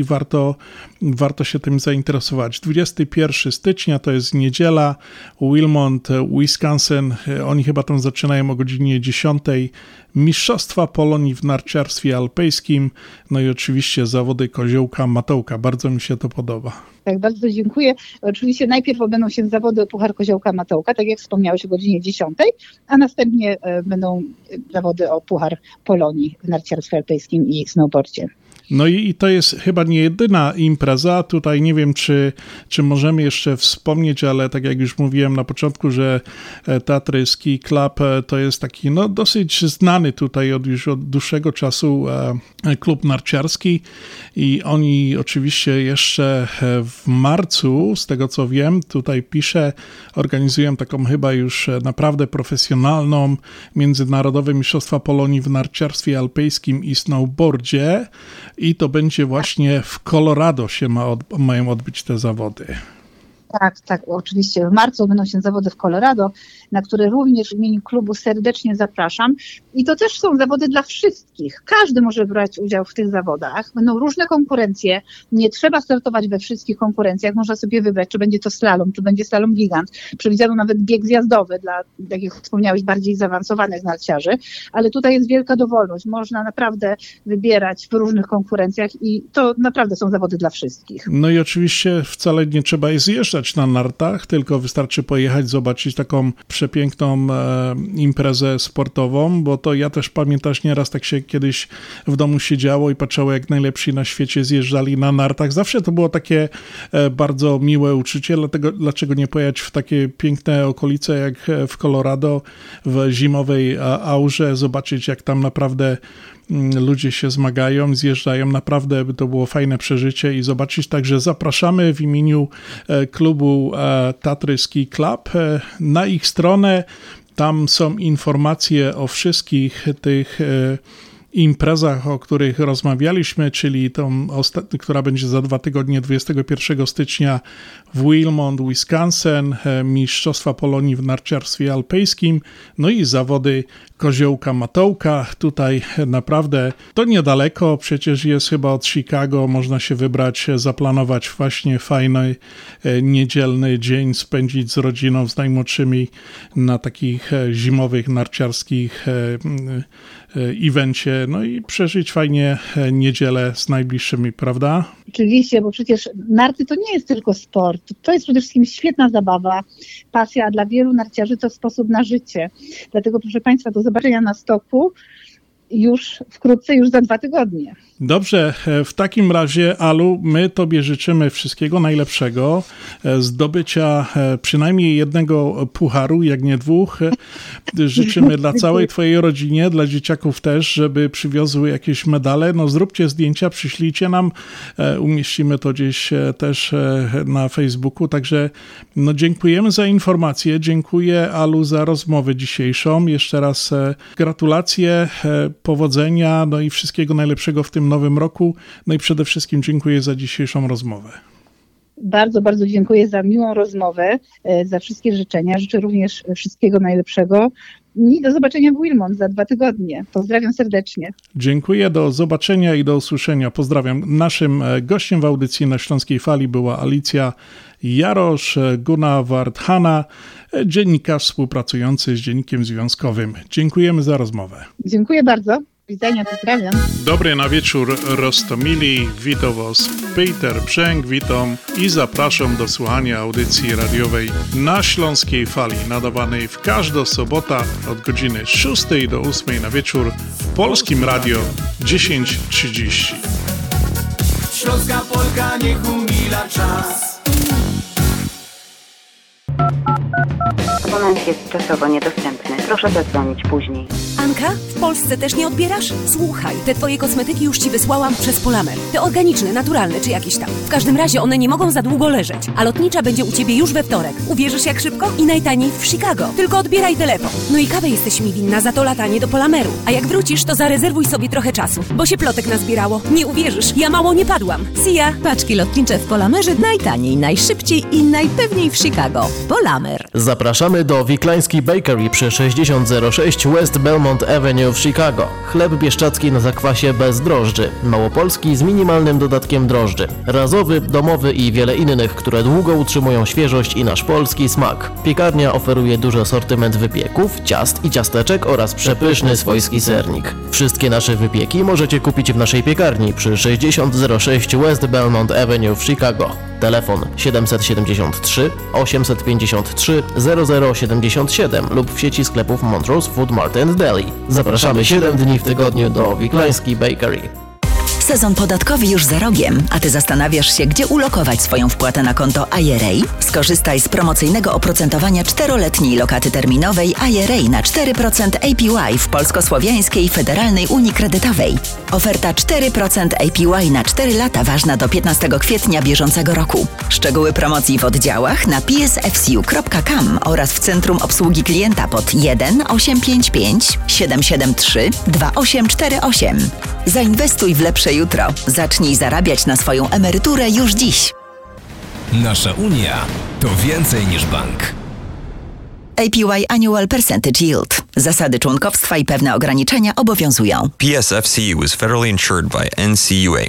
warto się tym zainteresować. 21 stycznia to jest niedziela, Wilmont, Wisconsin, oni chyba tam zaczynają o godzinie 10. Mistrzostwa Polonii w narciarstwie alpejskim, no i oczywiście zawody koziołka, matołka. Bardzo mi się to podoba. Tak, bardzo dziękuję. Oczywiście najpierw odbędą się zawody o Puchar Koziołka Matołka, tak jak wspomniałeś, o godzinie 10, a następnie będą zawody o Puchar Polonii w narciarstwie alpejskim i snowboardzie. No i to jest chyba nie jedyna impreza. Tutaj nie wiem, czy możemy jeszcze wspomnieć, ale tak jak już mówiłem na początku, że Tatry Ski Club to jest taki dosyć znany tutaj już od dłuższego czasu klub narciarski i oni oczywiście jeszcze w marcu, z tego co wiem, tutaj piszę, organizują taką chyba już naprawdę profesjonalną Międzynarodowe Mistrzostwa Polonii w narciarstwie alpejskim i snowboardzie. I to będzie właśnie w Colorado się mają odbyć te zawody. Tak, oczywiście. W marcu będą się zawody w Colorado, na które również w imieniu klubu serdecznie zapraszam. I to też są zawody dla wszystkich. Każdy może brać udział w tych zawodach. Będą różne konkurencje. Nie trzeba startować we wszystkich konkurencjach. Można sobie wybrać, czy będzie to slalom, czy będzie slalom gigant. Przewidziano nawet bieg zjazdowy dla, tak jak wspomniałeś, bardziej zaawansowanych narciarzy. Ale tutaj jest wielka dowolność. Można naprawdę wybierać w różnych konkurencjach i to naprawdę są zawody dla wszystkich. No i oczywiście wcale nie trzeba zjeżdżać na nartach, tylko wystarczy pojechać, zobaczyć taką przepiękną imprezę sportową, bo to ja też pamiętasz, nieraz tak się kiedyś w domu siedziało i patrzało, jak najlepsi na świecie zjeżdżali na nartach. Zawsze to było takie bardzo miłe uczucie, dlaczego nie pojechać w takie piękne okolice jak w Colorado, w zimowej aurze, zobaczyć, jak tam naprawdę ludzie się zmagają, zjeżdżają. Naprawdę by to było fajne przeżycie i zobaczyć. Także zapraszamy w imieniu klubu Tatry Ski Club na ich stronę. Tam są informacje o wszystkich tych imprezach, o których rozmawialiśmy, czyli tą, która będzie za 2 tygodnie, 21 stycznia w Wilmont, Wisconsin, Mistrzostwa Polonii w narciarstwie alpejskim, no i zawody koziołka matołka. Tutaj naprawdę to niedaleko, przecież jest chyba od Chicago, można się wybrać, zaplanować właśnie fajny, niedzielny dzień, spędzić z rodziną, z najmłodszymi na takich zimowych narciarskich evencie, no i przeżyć fajnie niedzielę z najbliższymi, prawda? Oczywiście, bo przecież narty to nie jest tylko sport, to jest przede wszystkim świetna zabawa, pasja, a dla wielu narciarzy to sposób na życie. Dlatego, proszę Państwa, do zobaczenia na stoku już wkrótce, już za 2 tygodnie. Dobrze, w takim razie, Alu, my Tobie życzymy wszystkiego najlepszego, zdobycia przynajmniej 1 pucharu, jak nie 2. Życzymy dla całej Twojej rodzinie, dla dzieciaków też, żeby przywiozły jakieś medale. No zróbcie zdjęcia, przyślijcie nam, umieścimy to gdzieś też na Facebooku. Także no dziękujemy za informację, dziękuję Alu za rozmowę dzisiejszą. Jeszcze raz gratulacje, powodzenia, no i wszystkiego najlepszego w tym nowym roku. No i przede wszystkim dziękuję za dzisiejszą rozmowę. Bardzo, bardzo dziękuję za miłą rozmowę, za wszystkie życzenia. Życzę również wszystkiego najlepszego I do zobaczenia w Wilmont za 2 tygodnie. Pozdrawiam serdecznie. Dziękuję, do zobaczenia i do usłyszenia. Pozdrawiam. Naszym gościem w audycji na Śląskiej Fali była Alicja Jarosz Gunawardhana, dziennikarz współpracujący z Dziennikiem Związkowym. Dziękujemy za rozmowę. Dziękuję bardzo. Do widzenia, pozdrawiam. Dobry na wieczór, Rostomili. Witam Was Peter Brzęk, witam i zapraszam do słuchania audycji radiowej na Śląskiej Fali, nadawanej w każdą sobotę od godziny 6 do 8 na wieczór w Polskim Radio 10:30. Śląska Polka niech umila czas. Abonent jest czasowo niedostępny. Proszę zadzwonić później. Anka, w Polsce też nie odbierasz? Słuchaj, te twoje kosmetyki już ci wysłałam przez Polamer. Te organiczne, naturalne czy jakieś tam. W każdym razie one nie mogą za długo leżeć, a lotnicza będzie u ciebie już we wtorek. Uwierzysz jak szybko? I najtaniej w Chicago. Tylko odbieraj telefon. No i kawę jesteś mi winna za to latanie do Polameru. A jak wrócisz, to zarezerwuj sobie trochę czasu, bo się plotek nazbierało. Nie uwierzysz, ja mało nie padłam. See ya! Paczki lotnicze w Polamerze najtaniej, najszybciej i najpewniej w Chicago. Polamer. Zapraszamy do Wiklański Bakery przy 6006 West Belmont Avenue w Chicago. Chleb bieszczacki na zakwasie bez drożdży. Małopolski z minimalnym dodatkiem drożdży. Razowy, domowy i wiele innych, które długo utrzymują świeżość i nasz polski smak. Piekarnia oferuje duży asortyment wypieków, ciast i ciasteczek oraz przepyszny swojski sernik. Wszystkie nasze wypieki możecie kupić w naszej piekarni przy 6006 West Belmont Avenue w Chicago. Telefon 773 853 0077 lub w sieci sklepów Montrose Food Mart and Deli. Zapraszamy 7 dni w tygodniu do Wiklański Bakery. Sezon podatkowy już za rogiem, a Ty zastanawiasz się, gdzie ulokować swoją wpłatę na konto IRA? Skorzystaj z promocyjnego oprocentowania 4-letniej lokaty terminowej IRA na 4% APY w Polsko-Słowiańskiej Federalnej Unii Kredytowej. Oferta 4% APY na 4 lata ważna do 15 kwietnia bieżącego roku. Szczegóły promocji w oddziałach na psfcu.com oraz w Centrum Obsługi Klienta pod 1 855 773 2848. Zainwestuj w lepsze jutro. Zacznij zarabiać na swoją emeryturę już dziś. Nasza Unia to więcej niż bank. APY Annual Percentage Yield. Zasady członkowstwa i pewne ograniczenia obowiązują. PSFCU is federally insured by NCUA.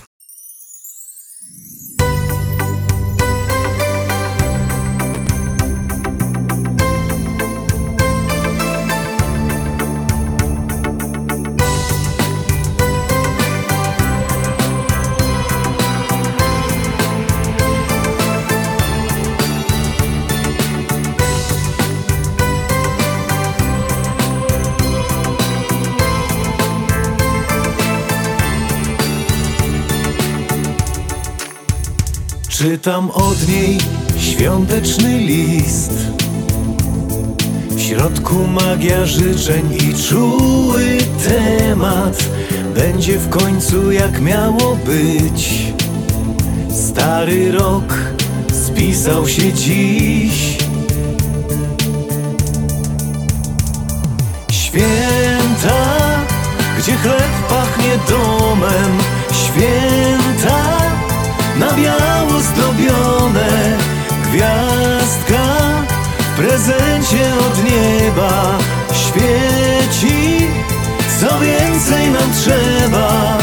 Czytam od niej świąteczny list. W środku magia życzeń i czuły temat. Będzie w końcu jak miało być. Stary rok spisał się dziś. Święta, gdzie chleb pachnie domem. Święta na biało zdobione, gwiazdka w prezencie od nieba świeci, co więcej nam trzeba.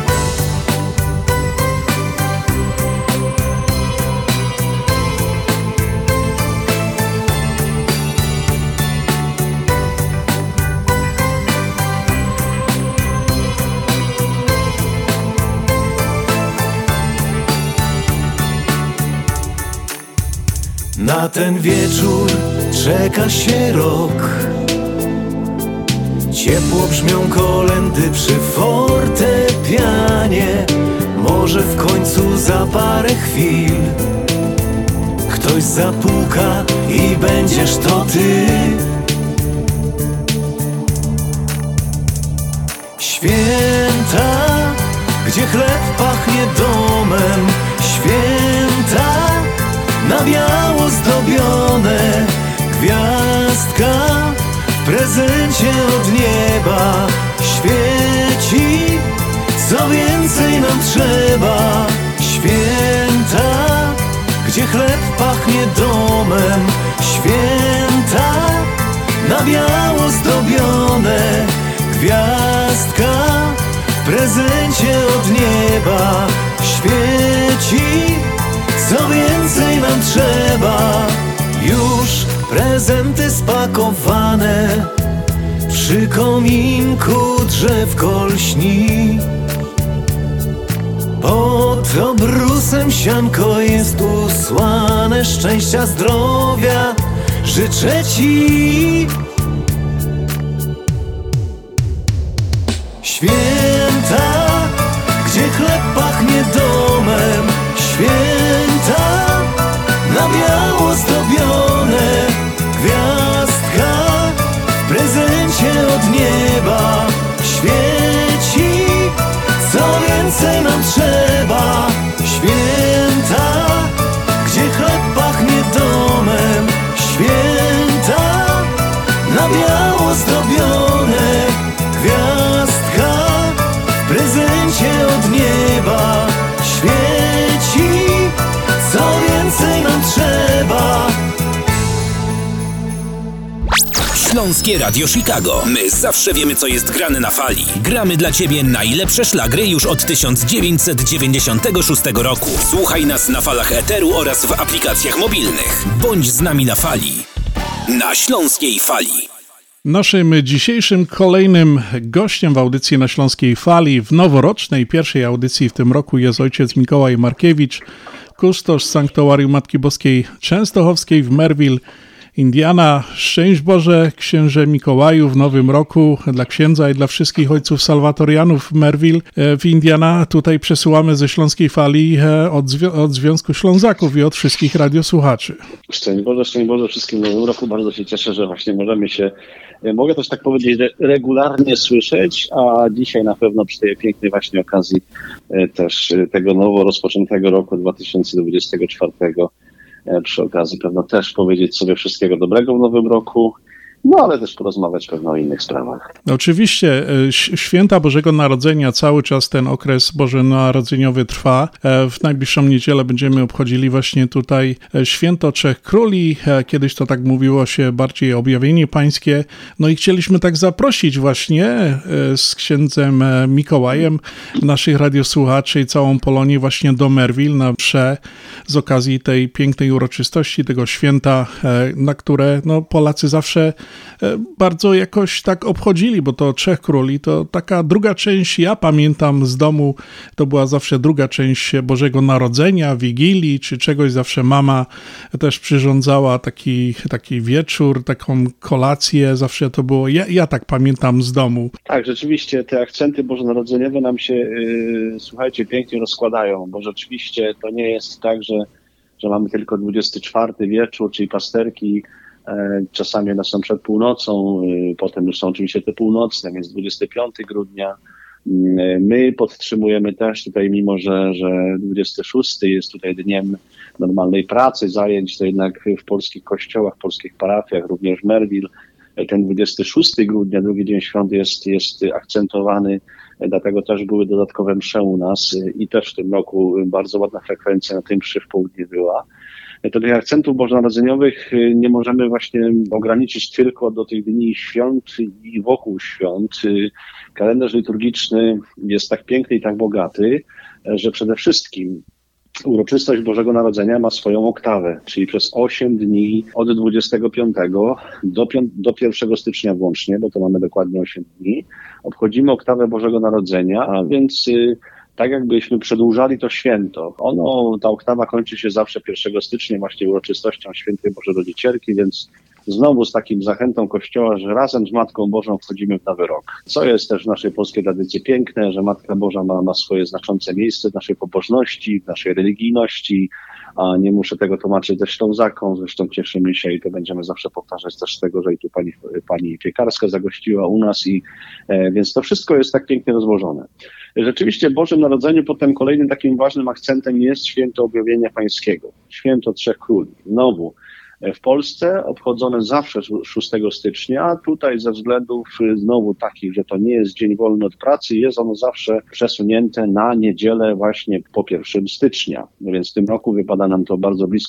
Na ten wieczór czeka się rok. Ciepło brzmią kolędy przy fortepianie. Może w końcu za parę chwil ktoś zapuka i będziesz to ty. Święta, gdzie chleb pachnie domem. Święta na biało zdobione, gwiazdka w prezencie od nieba świeci, co więcej nam trzeba. Święta, gdzie chleb pachnie domem. Święta na biało zdobione. Gwiazdka w prezencie od nieba świeci, co więcej nam trzeba? Już prezenty spakowane, przy kominku drzewko lśni. Pod obrusem sianko jest usłane, szczęścia, zdrowia życzę Ci. Święta, gdzie chleb pachnie domem, święta na biało zdobione. Gwiazdka w prezencie od nieba świeci, co więcej nam trzeba? Święta, gdzie chleb pachnie domem, święta na biało zdobione. Gwiazdka w prezencie od nieba świeci, co więcej nam trzeba? Śląskie Radio Chicago. My zawsze wiemy, co jest grane na fali. Gramy dla Ciebie najlepsze szlagry już od 1996 roku. Słuchaj nas na falach eteru oraz w aplikacjach mobilnych. Bądź z nami na fali. Na Śląskiej Fali. Naszym dzisiejszym kolejnym gościem w audycji na Śląskiej Fali, w noworocznej pierwszej audycji w tym roku, jest ojciec Mikołaj Markiewicz, kustosz Sanktuarium Matki Boskiej Częstochowskiej w Merville, Indiana. Szczęść Boże, księże Mikołaju, w nowym roku dla księdza i dla wszystkich ojców salwatorianów w Merville w Indiana. Tutaj przesyłamy ze Śląskiej Fali od Związku Ślązaków i od wszystkich radiosłuchaczy. Szczęść Boże wszystkim w nowym roku. Bardzo się cieszę, że właśnie możemy się, mogę też tak powiedzieć, regularnie słyszeć, a dzisiaj na pewno przy tej pięknej właśnie okazji też tego nowo rozpoczętego roku 2024 przy okazji pewno też powiedzieć sobie wszystkiego dobrego w nowym roku, no ale też porozmawiać pewno o innych sprawach. Oczywiście święta Bożego Narodzenia, cały czas ten okres bożonarodzeniowy trwa. W najbliższą niedzielę będziemy obchodzili właśnie tutaj święto Trzech Króli. Kiedyś to tak mówiło się bardziej objawienie pańskie. No i chcieliśmy tak zaprosić właśnie z księdzem Mikołajem naszych radiosłuchaczy i całą Polonię właśnie do Merville na mszę z okazji tej pięknej uroczystości, tego święta, na które no, Polacy zawsze bardzo jakoś tak obchodzili, bo to Trzech Króli to taka druga część, ja pamiętam z domu, to była zawsze druga część Bożego Narodzenia, Wigilii czy czegoś, zawsze mama też przyrządzała taki wieczór, taką kolację, zawsze to było, ja tak pamiętam z domu. Tak, rzeczywiście te akcenty bożonarodzeniowe nam się, słuchajcie, pięknie rozkładają, bo rzeczywiście to nie jest tak, że mamy tylko 24 wieczór, czyli pasterki. Czasami one są przed północą, potem już są oczywiście te północne, więc 25 grudnia. My podtrzymujemy też tutaj, mimo że 26 jest tutaj dniem normalnej pracy, zajęć, to jednak w polskich kościołach, w polskich parafiach, również w Merville, ten 26 grudnia, drugi dzień świąt jest akcentowany, dlatego też były dodatkowe msze u nas i też w tym roku bardzo ładna frekwencja na tym mszy w południe była. To tych akcentów bożonarodzeniowych nie możemy właśnie ograniczyć tylko do tych dni świąt i wokół świąt. Kalendarz liturgiczny jest tak piękny i tak bogaty, że przede wszystkim uroczystość Bożego Narodzenia ma swoją oktawę, czyli przez 8 dni od 25 do 1 stycznia włącznie, bo to mamy dokładnie 8 dni, obchodzimy oktawę Bożego Narodzenia, a więc tak jakbyśmy przedłużali to święto. Ta oktawa kończy się zawsze 1 stycznia właśnie uroczystością Świętej Bożej Rodzicielki, więc znowu z takim zachętą Kościoła, że razem z Matką Bożą wchodzimy w nowy rok. Co jest też w naszej polskiej tradycji piękne, że Matka Boża ma swoje znaczące miejsce w naszej pobożności, w naszej religijności, a nie muszę tego tłumaczyć ze Ślązaką, zresztą cieszymy się i to będziemy zawsze powtarzać też z tego, że i tu pani piekarska zagościła u nas więc to wszystko jest tak pięknie rozłożone. Rzeczywiście w Bożym Narodzeniu potem kolejnym takim ważnym akcentem jest święto Objawienia Pańskiego, święto Trzech Króli. Znowu w Polsce obchodzone zawsze 6 stycznia, tutaj ze względów znowu takich, że to nie jest dzień wolny od pracy, jest ono zawsze przesunięte na niedzielę właśnie po 1 stycznia. Więc w tym roku wypada nam to bardzo blisko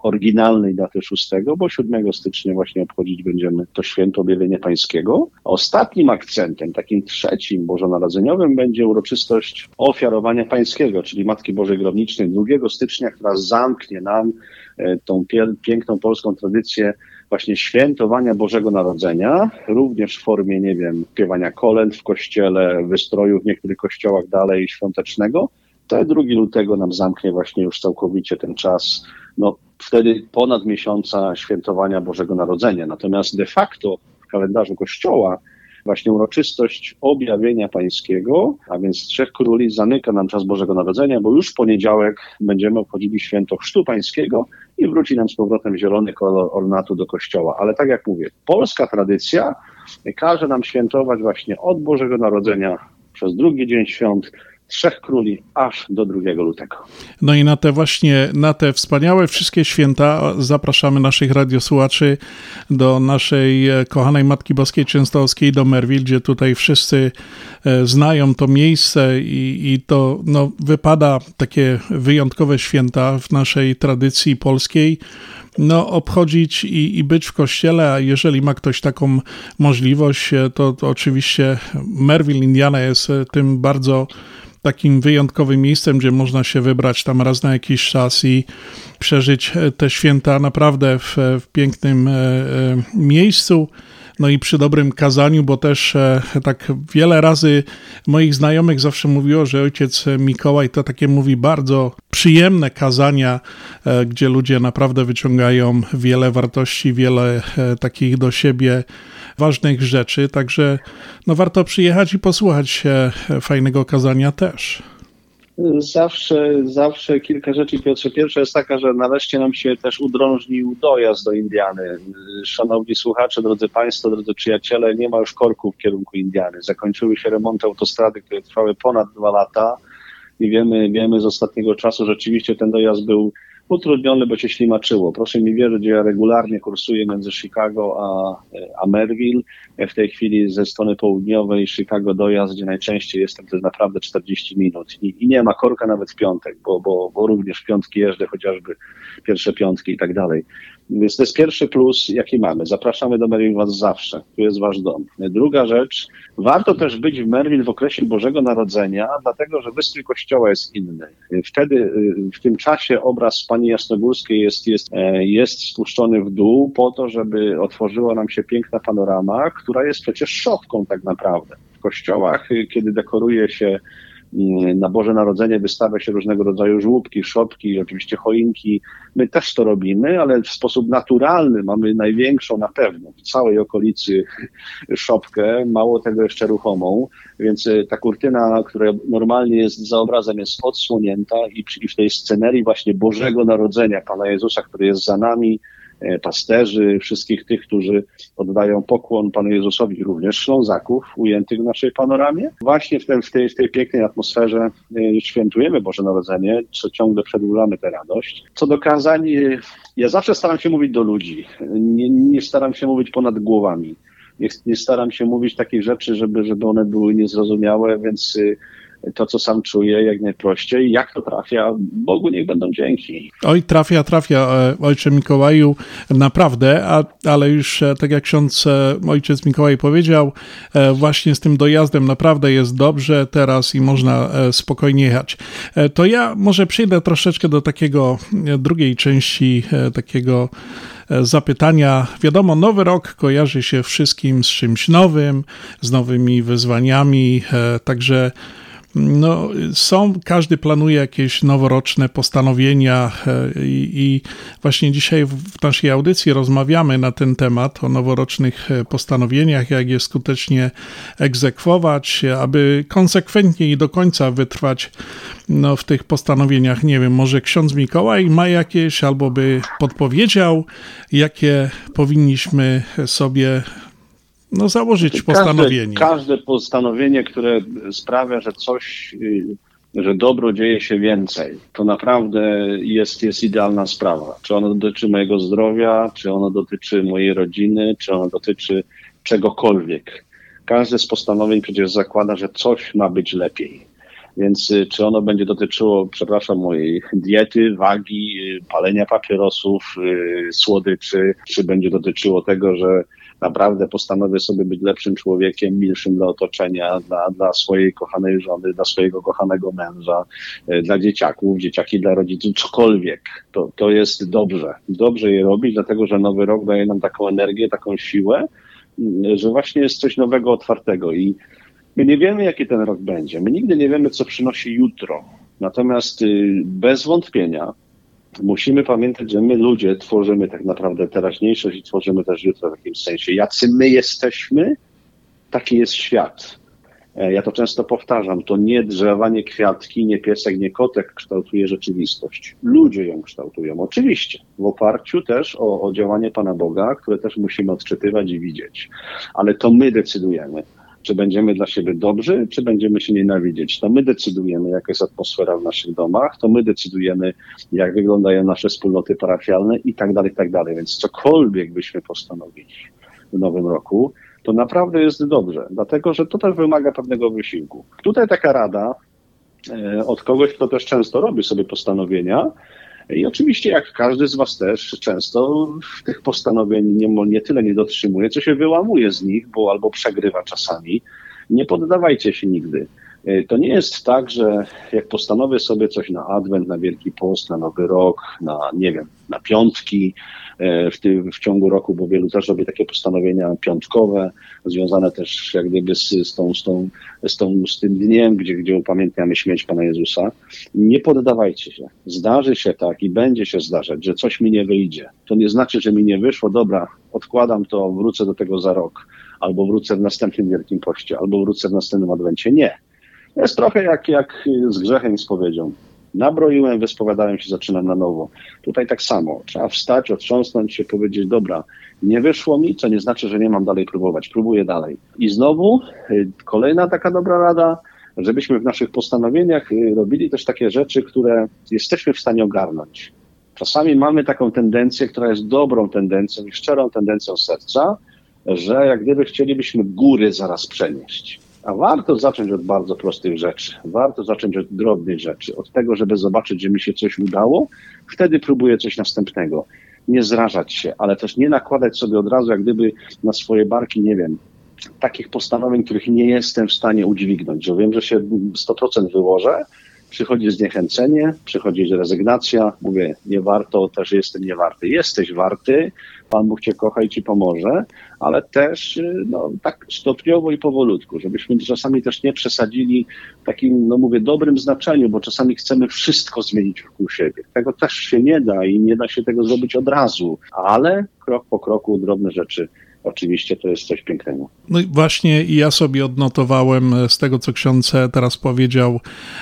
oryginalnej daty 6, bo 7 stycznia właśnie obchodzić będziemy to święto Objawienia Pańskiego. Ostatnim akcentem, takim trzecim bożonarodzeniowym, będzie uroczystość ofiarowania pańskiego, czyli Matki Bożej Grobnicznej 2 stycznia, która zamknie nam tą piękną polską tradycję właśnie świętowania Bożego Narodzenia, również w formie, nie wiem, śpiewania kolęd w kościele, wystroju w niektórych kościołach dalej świątecznego. To 2 lutego nam zamknie właśnie już całkowicie ten czas, no wtedy ponad miesiąca świętowania Bożego Narodzenia. Natomiast de facto w kalendarzu Kościoła właśnie uroczystość Objawienia Pańskiego, a więc 3 Króli, zamyka nam czas Bożego Narodzenia, bo już w poniedziałek będziemy obchodzili święto Chrztu Pańskiego i wróci nam z powrotem zielony kolor ornatu do Kościoła. Ale tak jak mówię, polska tradycja każe nam świętować właśnie od Bożego Narodzenia przez drugi dzień świąt 3 Króli aż do 2 lutego. No i na te wspaniałe wszystkie święta zapraszamy naszych radiosłuchaczy do naszej kochanej Matki Boskiej Częstochowskiej, do Merwil, gdzie tutaj wszyscy znają to miejsce i to wypada takie wyjątkowe święta w naszej tradycji polskiej. Obchodzić i być w kościele, a jeżeli ma ktoś taką możliwość, to oczywiście Merwil, Indiana jest tym bardzo takim wyjątkowym miejscem, gdzie można się wybrać tam raz na jakiś czas i przeżyć te święta naprawdę w pięknym miejscu. No i przy dobrym kazaniu, bo też tak wiele razy moich znajomych zawsze mówiło, że ojciec Mikołaj to takie mówi bardzo przyjemne kazania, gdzie ludzie naprawdę wyciągają wiele wartości, wiele takich do siebie ważnych rzeczy, także warto przyjechać i posłuchać fajnego kazania też. Zawsze kilka rzeczy, Piotrze. Pierwsza jest taka, że nareszcie nam się też udrążnił dojazd do Indiany. Szanowni słuchacze, drodzy Państwo, drodzy przyjaciele, nie ma już korków w kierunku Indiany. Zakończyły się remonty autostrady, które trwały ponad 2 lata i wiemy z ostatniego czasu, rzeczywiście ten dojazd był utrudniony, bo się ślimaczyło. Proszę mi wierzyć, ja regularnie kursuję między Chicago a Merwil. W tej chwili ze strony południowej Chicago dojazd, gdzie najczęściej jestem, to jest naprawdę 40 minut. I nie ma korka nawet w piątek, bo również w piątki jeżdżę, chociażby pierwsze piątki i tak dalej. Więc to jest pierwszy plus, jaki mamy. Zapraszamy do Merwil was zawsze. Tu jest wasz dom. Druga rzecz, warto też być w Merwil w okresie Bożego Narodzenia, dlatego że wystrój kościoła jest inny. Wtedy, w tym czasie obraz Pani Jasnogórskiej jest spuszczony w dół po to, żeby otworzyła nam się piękna panorama, która jest przecież szopką tak naprawdę. W kościołach, kiedy dekoruje się na Boże Narodzenie, wystawia się różnego rodzaju żłóbki, szopki, oczywiście choinki. My też to robimy, ale w sposób naturalny mamy największą na pewno w całej okolicy szopkę, mało tego jeszcze ruchomą, więc ta kurtyna, która normalnie jest za obrazem, jest odsłonięta i w tej scenerii właśnie Bożego Narodzenia Pana Jezusa, który jest za nami, pasterzy, wszystkich tych, którzy oddają pokłon Panu Jezusowi, również Ślązaków ujętych w naszej panoramie. Właśnie w tej pięknej atmosferze świętujemy Boże Narodzenie, co ciągle przedłużamy tę radość. Co do kazań, ja zawsze staram się mówić do ludzi, nie staram się mówić ponad głowami. Nie staram się mówić takich rzeczy, żeby one były niezrozumiałe, więc to, co sam czuję, jak najprościej. Jak to trafia? Bogu niech będą dzięki. Oj, trafia, ojcze Mikołaju, naprawdę, ale już tak jak ojciec Mikołaj powiedział, właśnie z tym dojazdem naprawdę jest dobrze teraz i można spokojnie jechać. To ja może przejdę troszeczkę do takiego drugiej części takiego zapytania. Wiadomo, nowy rok kojarzy się wszystkim z czymś nowym, z nowymi wyzwaniami, także każdy planuje jakieś noworoczne postanowienia i właśnie dzisiaj w naszej audycji rozmawiamy na ten temat, o noworocznych postanowieniach, jak je skutecznie egzekwować, aby konsekwentnie i do końca wytrwać w tych postanowieniach. Nie wiem, może ksiądz Mikołaj ma jakieś, albo by podpowiedział, jakie powinniśmy sobie założyć postanowienie. Każde postanowienie, które sprawia, że dobro dzieje się więcej, to naprawdę jest idealna sprawa. Czy ono dotyczy mojego zdrowia, czy ono dotyczy mojej rodziny, czy ono dotyczy czegokolwiek. Każde z postanowień przecież zakłada, że coś ma być lepiej. Więc czy ono będzie dotyczyło, przepraszam, mojej diety, wagi, palenia papierosów, słodyczy, czy będzie dotyczyło tego, że naprawdę postanowię sobie być lepszym człowiekiem, milszym dla otoczenia, dla swojej kochanej żony, dla swojego kochanego męża, dla dzieciaki dla rodziców, cokolwiek. To jest dobrze. Dobrze je robić, dlatego że nowy rok daje nam taką energię, taką siłę, że właśnie jest coś nowego, otwartego i my nie wiemy, jaki ten rok będzie. My nigdy nie wiemy, co przynosi jutro. Natomiast bez wątpienia musimy pamiętać, że my ludzie tworzymy tak naprawdę teraźniejszość i tworzymy też jutro w jakimś sensie. Jacy my jesteśmy, taki jest świat. Ja to często powtarzam, to nie drzewa, nie kwiatki, nie piesek, nie kotek kształtuje rzeczywistość. Ludzie ją kształtują, oczywiście, w oparciu też o działanie Pana Boga, które też musimy odczytywać i widzieć. Ale to my decydujemy, czy będziemy dla siebie dobrzy, czy będziemy się nienawidzieć. To my decydujemy, jaka jest atmosfera w naszych domach, to my decydujemy, jak wyglądają nasze wspólnoty parafialne i tak dalej, i tak dalej. Więc cokolwiek byśmy postanowili w nowym roku, to naprawdę jest dobrze, dlatego że to też wymaga pewnego wysiłku. Tutaj taka rada od kogoś, kto też często robi sobie postanowienia i oczywiście jak każdy z Was też często tych postanowień nie tyle nie dotrzymuje, co się wyłamuje z nich, bo albo przegrywa czasami. Nie poddawajcie się nigdy. To nie jest tak, że jak postanowię sobie coś na Adwent, na Wielki Post, na Nowy Rok, na piątki w ciągu roku, bo wielu też robi takie postanowienia piątkowe, związane też jak gdyby z tym dniem, gdzie upamiętniamy śmierć Pana Jezusa. Nie poddawajcie się. Zdarzy się tak i będzie się zdarzać, że coś mi nie wyjdzie. To nie znaczy, że mi nie wyszło, dobra, odkładam to, wrócę do tego za rok, albo wrócę w następnym Wielkim Poście, albo wrócę w następnym Adwencie. Nie. To jest trochę jak z grzechem i spowiedzią. Nabroiłem, wyspowiadałem się, zaczynam na nowo. Tutaj tak samo. Trzeba wstać, otrząsnąć się, powiedzieć, dobra, nie wyszło mi, co nie znaczy, że nie mam dalej próbować. Próbuję dalej. I znowu kolejna taka dobra rada, żebyśmy w naszych postanowieniach robili też takie rzeczy, które jesteśmy w stanie ogarnąć. Czasami mamy taką tendencję, która jest dobrą tendencją i szczerą tendencją serca, że jak gdyby chcielibyśmy góry zaraz przenieść. A warto zacząć od bardzo prostych rzeczy. Warto zacząć od drobnych rzeczy. Od tego, żeby zobaczyć, że mi się coś udało, wtedy próbuję coś następnego. Nie zrażać się, ale też nie nakładać sobie od razu jak gdyby na swoje barki, nie wiem, takich postanowień, których nie jestem w stanie udźwignąć. Że wiem, że się 100% wyłożę, przychodzi zniechęcenie, przychodzi rezygnacja, mówię, nie warto, też jestem niewarty. Jesteś warty, Pan Bóg Cię kocha i Ci pomoże, ale też tak stopniowo i powolutku, żebyśmy czasami też nie przesadzili w takim, dobrym znaczeniu, bo czasami chcemy wszystko zmienić wokół siebie. Tego też się nie da i nie da się tego zrobić od razu, ale krok po kroku drobne rzeczy. Oczywiście to jest coś pięknego. No i właśnie ja sobie odnotowałem z tego, co ksiądz teraz powiedział,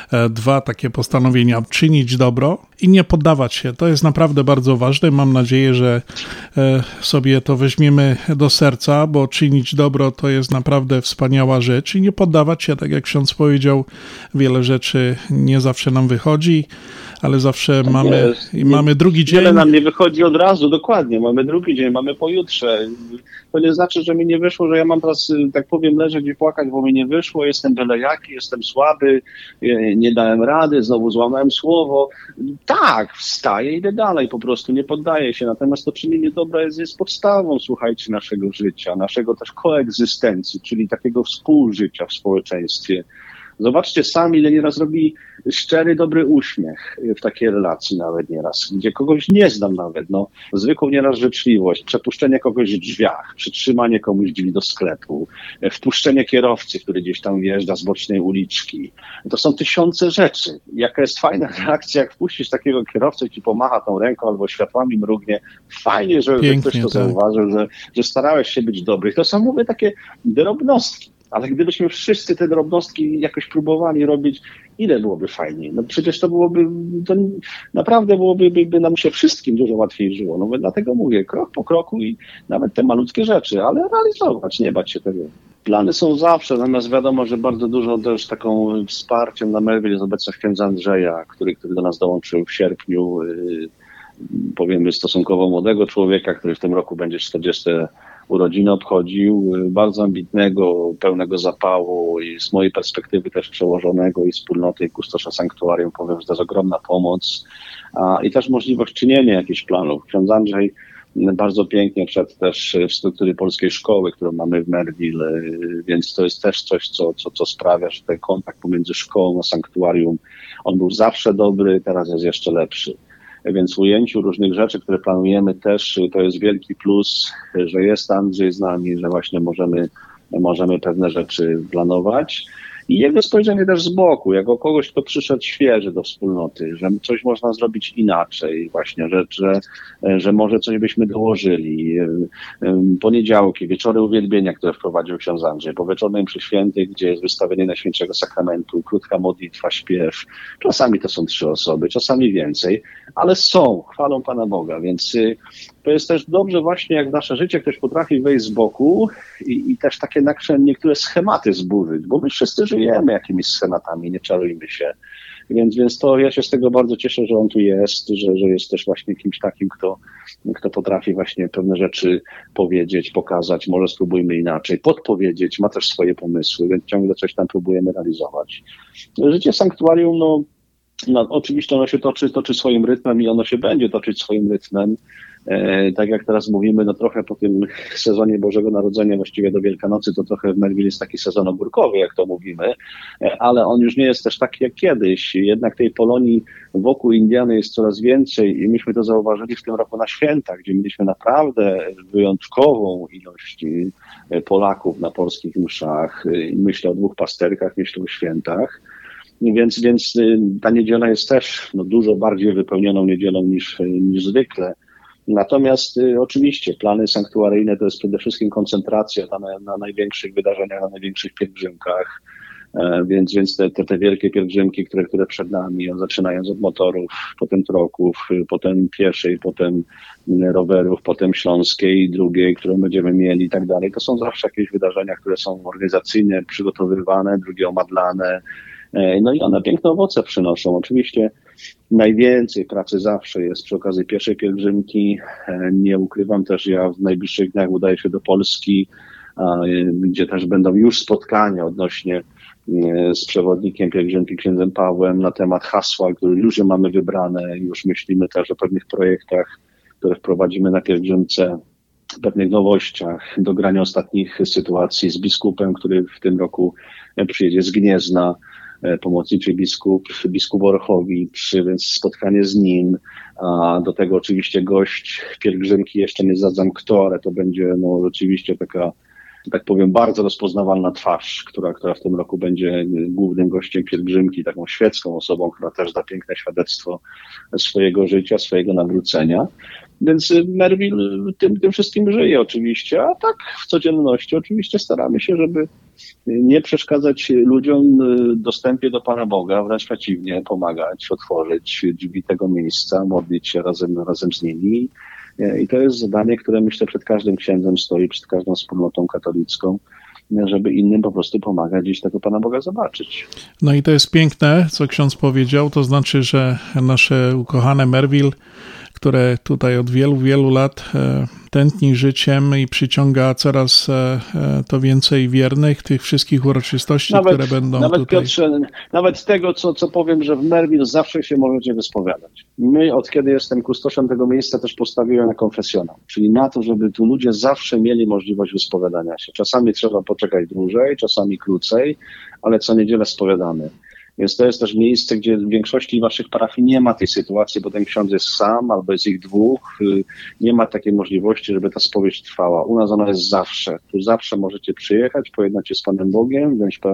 2 takie postanowienia. Czynić dobro i nie poddawać się. To jest naprawdę bardzo ważne. Mam nadzieję, że sobie to weźmiemy do serca, bo czynić dobro to jest naprawdę wspaniała rzecz i nie poddawać się, tak jak ksiądz powiedział, wiele rzeczy nie zawsze nam wychodzi, ale zawsze mamy drugi dzień. Wiele nam nie wychodzi od razu, dokładnie. Mamy drugi dzień, mamy pojutrze. To nie znaczy, że mi nie wyszło, że ja mam teraz, tak powiem, leżeć i płakać, bo mi nie wyszło, jestem byle jaki, jestem słaby, nie dałem rady, znowu złamałem słowo. Tak, wstaję, idę dalej, po prostu nie poddaję się. Natomiast to czynienie dobra jest podstawą, słuchajcie, naszego życia, naszego też koegzystencji, czyli takiego współżycia w społeczeństwie. Zobaczcie sami, ile nieraz robi szczery, dobry uśmiech w takiej relacji nawet nieraz, gdzie kogoś nie znam nawet, zwykłą nieraz życzliwość, przepuszczenie kogoś w drzwiach, przytrzymanie komuś drzwi do sklepu, wpuszczenie kierowcy, który gdzieś tam wjeżdża z bocznej uliczki. To są tysiące rzeczy. Jaka jest fajna reakcja, jak wpuścisz takiego kierowcę i ci pomacha tą ręką albo światłami mrugnie. Fajnie, że ktoś to zauważył, że starałeś się być dobry. To są, mówię, takie drobnostki. Ale gdybyśmy wszyscy te drobnostki jakoś próbowali robić, ile byłoby fajniej? Przecież to naprawdę byłoby nam się wszystkim dużo łatwiej żyło. Dlatego mówię, krok po kroku i nawet te malutkie rzeczy, ale realizować, nie bać się tego. Plany są zawsze, natomiast wiadomo, że bardzo dużo też taką wsparciem na Melville jest obecność księdza Andrzeja, który do nas dołączył w sierpniu, powiemy stosunkowo młodego człowieka, który w tym roku będzie 40 urodziny obchodził, bardzo ambitnego, pełnego zapału i z mojej perspektywy też przełożonego i wspólnoty i kustosza sanktuarium. Powiem, że to jest ogromna pomoc i też możliwość czynienia jakichś planów. Ksiądz Andrzej bardzo pięknie wszedł też w struktury polskiej szkoły, którą mamy w Merville, więc to jest też coś, co sprawia, że ten kontakt pomiędzy szkołą a sanktuarium, on był zawsze dobry, teraz jest jeszcze lepszy. Więc w ujęciu różnych rzeczy, które planujemy też, to jest wielki plus, że jest Andrzej z nami, że właśnie możemy pewne rzeczy planować. I jego spojrzenie też z boku, jako kogoś, kto przyszedł świeży do wspólnoty, że coś można zrobić inaczej właśnie, że może coś byśmy dołożyli. Poniedziałki, wieczory uwielbienia, które wprowadził ksiądz Andrzej, po wieczornej mszy świętej, gdzie jest wystawienie Najświętszego Sakramentu, krótka modlitwa, śpiew. Czasami to są 3 osoby, czasami więcej, ale chwalą Pana Boga, więc to jest też dobrze właśnie, jak w nasze życie ktoś potrafi wejść z boku i też takie niektóre schematy zburzyć, bo my wszyscy żyjemy jakimiś schematami, nie czarujmy się. Więc to ja się z tego bardzo cieszę, że on tu jest, że jest też właśnie kimś takim, kto potrafi właśnie pewne rzeczy powiedzieć, pokazać, może spróbujmy inaczej, podpowiedzieć, ma też swoje pomysły, więc ciągle coś tam próbujemy realizować. Życie sanktuarium, oczywiście ono się toczy swoim rytmem i ono się będzie toczyć swoim rytmem. Tak jak teraz mówimy, trochę po tym sezonie Bożego Narodzenia, właściwie do Wielkanocy, to trochę w Merville jest taki sezon ogórkowy, jak to mówimy, ale on już nie jest też taki jak kiedyś. Jednak tej Polonii wokół Indiany jest coraz więcej i myśmy to zauważyli w tym roku na święta, gdzie mieliśmy naprawdę wyjątkową ilość Polaków na polskich mszach. Myślę o 2 pasterkach, myślę o świętach. Więc ta niedziela jest też dużo bardziej wypełnioną niedzielą niż zwykle. Natomiast oczywiście plany sanktuaryjne to jest przede wszystkim koncentracja na największych wydarzeniach, na największych pielgrzymkach. Więc te wielkie pielgrzymki, które przed nami, zaczynając od motorów, potem troków, potem pieszej, potem rowerów, potem śląskiej, drugiej, którą będziemy mieli i tak dalej, to są zawsze jakieś wydarzenia, które są organizacyjnie przygotowywane, drugie omadlane. I one piękne owoce przynoszą. Oczywiście najwięcej pracy zawsze jest przy okazji pierwszej pielgrzymki. Nie ukrywam też, ja w najbliższych dniach udaję się do Polski, gdzie też będą już spotkania odnośnie z przewodnikiem pielgrzymki księdzem Pawłem na temat hasła, które już mamy wybrane. Już myślimy też o pewnych projektach, które wprowadzimy na pielgrzymce, pewnych nowościach, dogrania ostatnich sytuacji z biskupem, który w tym roku przyjedzie z Gniezna, pomocniczy biskup Orchowicz, więc spotkanie z nim, a do tego oczywiście gość pielgrzymki, jeszcze nie zdradzam kto, ale to będzie rzeczywiście taka, tak powiem, bardzo rozpoznawalna twarz, która w tym roku będzie głównym gościem pielgrzymki, taką świecką osobą, która też da piękne świadectwo swojego życia, swojego nawrócenia. Więc Merville tym wszystkim żyje oczywiście, a tak w codzienności oczywiście staramy się, żeby nie przeszkadzać ludziom w dostępie do Pana Boga, wręcz przeciwnie, pomagać, otworzyć drzwi tego miejsca, modlić się razem z nimi. I to jest zadanie, które myślę przed każdym księdzem stoi, przed każdą wspólnotą katolicką, żeby innym po prostu pomagać gdzieś tego Pana Boga zobaczyć. No i to jest piękne, co ksiądz powiedział, to znaczy, że nasze ukochane Merville, które tutaj od wielu, wielu lat tętni życiem i przyciąga coraz to więcej wiernych tych wszystkich uroczystości, które będą nawet tutaj. Piotrze, nawet tego, co powiem, że w Merville zawsze się możecie wyspowiadać. My, od kiedy jestem kustoszem tego miejsca, też postawiłem na konfesjonał, czyli na to, żeby tu ludzie zawsze mieli możliwość wyspowiadania się. Czasami trzeba poczekać dłużej, czasami krócej, ale co niedzielę spowiadamy. Więc to jest też miejsce, gdzie w większości waszych parafii nie ma tej sytuacji, bo ten ksiądz jest sam albo jest ich 2. Nie ma takiej możliwości, żeby ta spowiedź trwała. U nas ona jest zawsze. Tu zawsze możecie przyjechać, pojednać się z Panem Bogiem,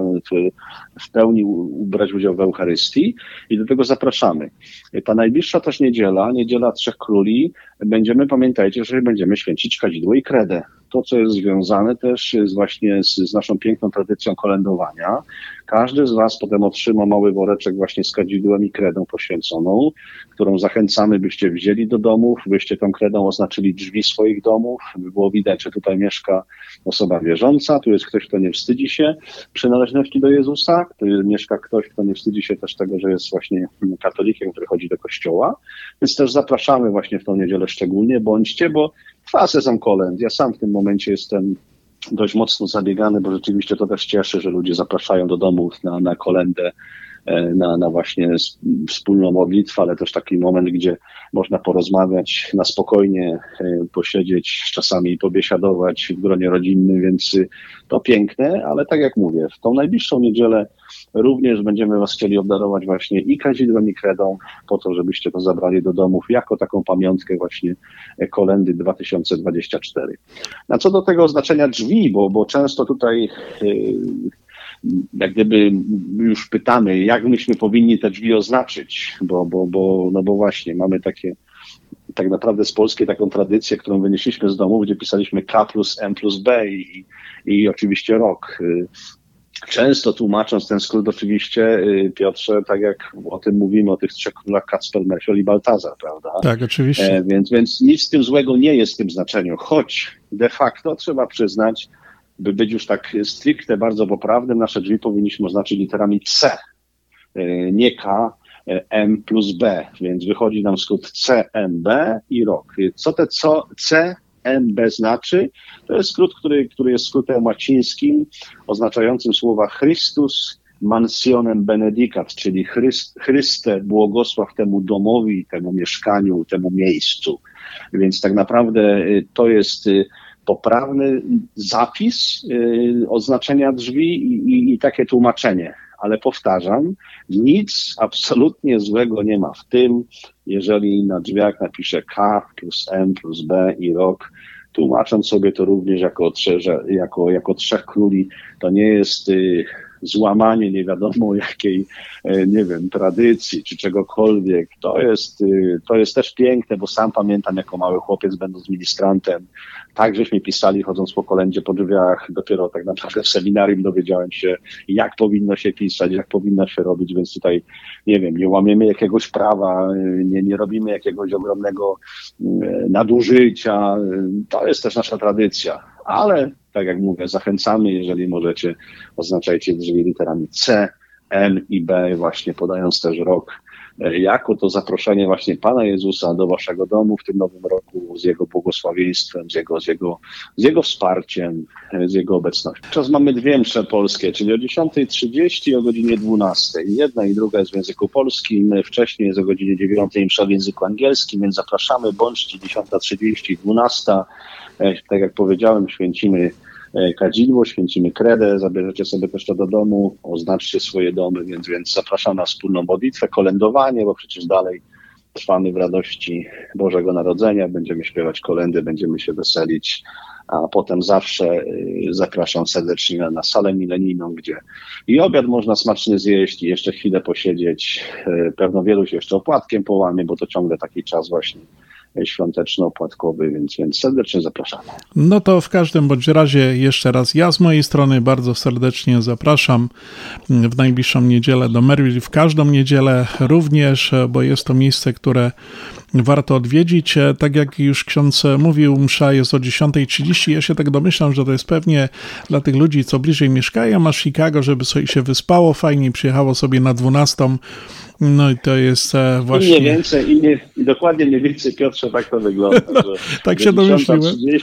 w pełni brać udział w Eucharystii i do tego zapraszamy. Ta najbliższa też niedziela Trzech Króli, pamiętajcie, że będziemy święcić kadzidło i kredę. To, co jest związane też właśnie z naszą piękną tradycją kolędowania. Każdy z was potem otrzyma mały woreczek właśnie z kadzidłem i kredą poświęconą, którą zachęcamy, byście wzięli do domów, byście tą kredą oznaczyli drzwi swoich domów, by było widać, że tutaj mieszka osoba wierząca, tu jest ktoś, kto nie wstydzi się przynależności do Jezusa, tu mieszka ktoś, kto nie wstydzi się też tego, że jest właśnie katolikiem, który chodzi do kościoła. Więc też zapraszamy właśnie w tą niedzielę szczególnie, bądźcie, bo Trwa sezon kolęd. Ja sam w tym momencie jestem dość mocno zabiegany, bo rzeczywiście to też cieszy, że ludzie zapraszają do domów na kolędę, na właśnie wspólną modlitwę, ale też taki moment, gdzie można porozmawiać na spokojnie, posiedzieć, czasami pobiesiadować w gronie rodzinnym, więc to piękne, ale tak jak mówię, w tą najbliższą niedzielę również będziemy Was chcieli obdarować właśnie i kadzidłem, i kredą, po to, żebyście to zabrali do domów jako taką pamiątkę właśnie kolędy 2024. A co do tego znaczenia drzwi, bo często tutaj jak gdyby już pytamy, jak myśmy powinni te drzwi oznaczyć, bo właśnie mamy takie, tak naprawdę z Polski taką tradycję, którą wynieśliśmy z domu, gdzie pisaliśmy K plus M plus B i oczywiście rok. Często tłumacząc ten skrót oczywiście, Piotrze, tak jak o tym mówimy, o tych trzech królach Kacper, Melchior i Baltazar, prawda? Tak, oczywiście. Więc nic z tym złego nie jest w tym znaczeniu, choć de facto trzeba przyznać, by być już tak stricte bardzo poprawnym, nasze drzwi powinniśmy oznaczyć literami C, nie K, M plus B, więc wychodzi nam skrót CMB i rok. Co te CMB znaczy? To jest skrót, który jest skrótem łacińskim, oznaczającym słowa Christus mansionem benedicat, czyli Chryste błogosław temu domowi, temu mieszkaniu, temu miejscu. Więc tak naprawdę to jest poprawny zapis oznaczenia drzwi i takie tłumaczenie. Ale powtarzam, nic absolutnie złego nie ma w tym, jeżeli na drzwiach napiszę K plus M plus B i rok, tłumacząc sobie to również jako trzech króli, to nie jest złamanie nie wiadomo jakiej, nie wiem, tradycji czy czegokolwiek. To jest też piękne, bo sam pamiętam jako mały chłopiec, będąc ministrantem, tak żeśmy pisali, chodząc po kolędzie po drzwiach, dopiero tak naprawdę w seminarium dowiedziałem się, jak powinno się pisać, jak powinno się robić, więc tutaj, nie wiem, nie łamiemy jakiegoś prawa, nie robimy jakiegoś ogromnego nadużycia. To jest też nasza tradycja, ale tak jak mówię, zachęcamy, jeżeli możecie, oznaczajcie drzwi literami C, M i B, właśnie podając też rok, jako to zaproszenie właśnie Pana Jezusa do waszego domu w tym nowym roku, z Jego błogosławieństwem, z Jego wsparciem, z Jego obecnością. Czas mamy dwie msze polskie, czyli o 10:30 i o godzinie 12:00. Jedna i druga jest w języku polskim, wcześniej jest o godzinie 9:00 msza w języku angielskim, więc zapraszamy, bądźcie 10:30 i 12:00. Tak jak powiedziałem, święcimy kadzidło, święcimy kredę, zabierzecie sobie też to do domu, oznaczcie swoje domy, więc zapraszam na wspólną modlitwę, kolędowanie, bo przecież dalej trwamy w radości Bożego Narodzenia, będziemy śpiewać kolędy, będziemy się weselić, a potem zawsze zapraszam serdecznie na salę milenijną, gdzie i obiad można smaczny zjeść i jeszcze chwilę posiedzieć. Pewno wielu się jeszcze opłatkiem połamie, bo to ciągle taki czas właśnie świąteczno-opłatkowy, więc serdecznie zapraszamy. No to w każdym bądź razie jeszcze raz ja z mojej strony bardzo serdecznie zapraszam w najbliższą niedzielę do Merville, w każdą niedzielę również, bo jest to miejsce, które warto odwiedzić. Tak jak już ksiądz mówił, msza jest o 10:30. Ja się tak domyślam, że to jest pewnie dla tych ludzi, co bliżej mieszkają, a Chicago, żeby sobie się wyspało fajnie, przyjechało sobie na 12:00. No i to jest właśnie... I mniej więcej, i dokładnie mniej więcej, Piotrze, tak to wygląda. No, tak się domyśliłem.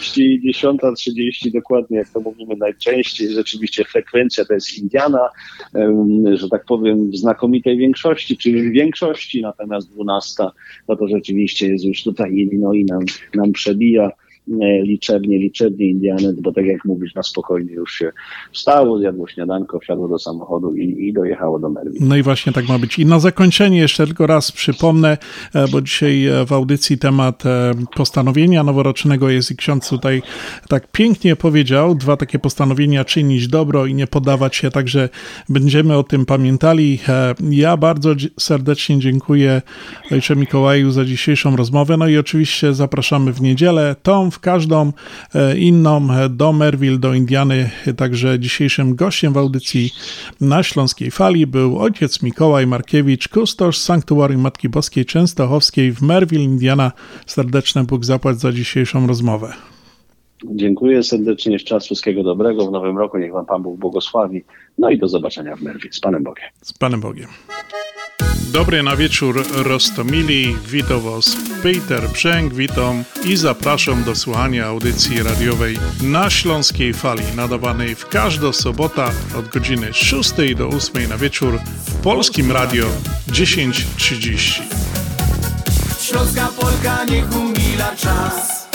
10:30, dokładnie jak to mówimy najczęściej, rzeczywiście frekwencja to jest Indiana, że tak powiem w znakomitej większości, czyli w większości, natomiast 12:00, no to rzeczywiście jest już tutaj Illinois nam przebija. Liczebnie Indianet, bo tak jak mówisz, na spokojnie już się wstało, zjadło śniadanko, wsiadło do samochodu i dojechało do Merville. No i właśnie tak ma być. I na zakończenie jeszcze tylko raz przypomnę, bo dzisiaj w audycji temat postanowienia noworocznego jest i ksiądz tutaj tak pięknie powiedział, 2 takie postanowienia: czynić dobro i nie poddawać się, także będziemy o tym pamiętali. Ja bardzo serdecznie dziękuję Ojcze Mikołaju za dzisiejszą rozmowę, no i oczywiście zapraszamy w niedzielę, w każdą inną do Merville, do Indiany. Także dzisiejszym gościem w audycji na Śląskiej Fali był ojciec Mikołaj Markiewicz, kustosz Sanktuarium Matki Boskiej Częstochowskiej w Merville, Indiana. Serdeczny Bóg zapłać za dzisiejszą rozmowę. Dziękuję serdecznie, jeszcze raz wszystkiego dobrego w nowym roku, niech wam Pan Bóg błogosławi, no i do zobaczenia w Merville. Z Panem Bogiem. Z Panem Bogiem. Dobry na wieczór, Rostomili. Witam Was Peter Brzęk, witam i zapraszam do słuchania audycji radiowej na Śląskiej Fali, nadawanej w każdą sobotę od godziny 6 do 8 na wieczór w Polskim Radio 10:30. Śląska Polka niech umila czas.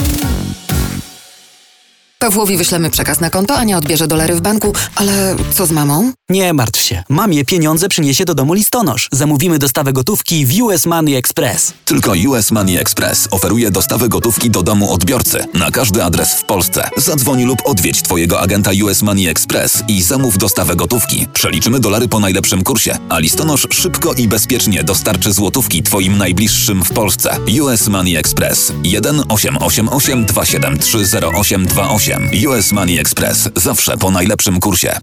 Pawłowi wyślemy przekaz na konto, Ania odbierze dolary w banku, ale co z mamą? Nie martw się. Mamie pieniądze przyniesie do domu listonosz. Zamówimy dostawę gotówki w US Money Express. Tylko US Money Express oferuje dostawę gotówki do domu odbiorcy na każdy adres w Polsce. Zadzwoń lub odwiedź Twojego agenta US Money Express i zamów dostawę gotówki. Przeliczymy dolary po najlepszym kursie, a listonosz szybko i bezpiecznie dostarczy złotówki Twoim najbliższym w Polsce. US Money Express 1-888 273 0828. US Money Express. Zawsze po najlepszym kursie.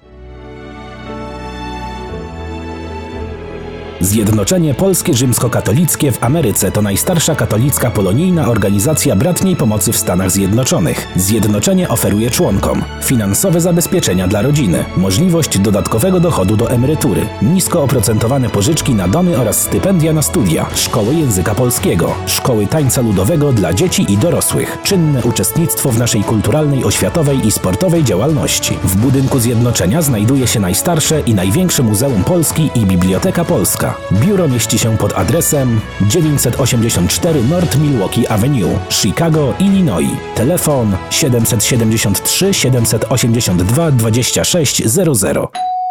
Zjednoczenie Polskie Rzymskokatolickie w Ameryce to najstarsza katolicka polonijna organizacja bratniej pomocy w Stanach Zjednoczonych. Zjednoczenie oferuje członkom finansowe zabezpieczenia dla rodziny, możliwość dodatkowego dochodu do emerytury, nisko oprocentowane pożyczki na domy oraz stypendia na studia, szkoły języka polskiego, szkoły tańca ludowego dla dzieci i dorosłych, czynne uczestnictwo w naszej kulturalnej, oświatowej i sportowej działalności. W budynku Zjednoczenia znajduje się najstarsze i największe Muzeum Polski i Biblioteka Polska. Biuro mieści się pod adresem 984 North Milwaukee Avenue, Chicago, Illinois. Telefon 773 782 2600.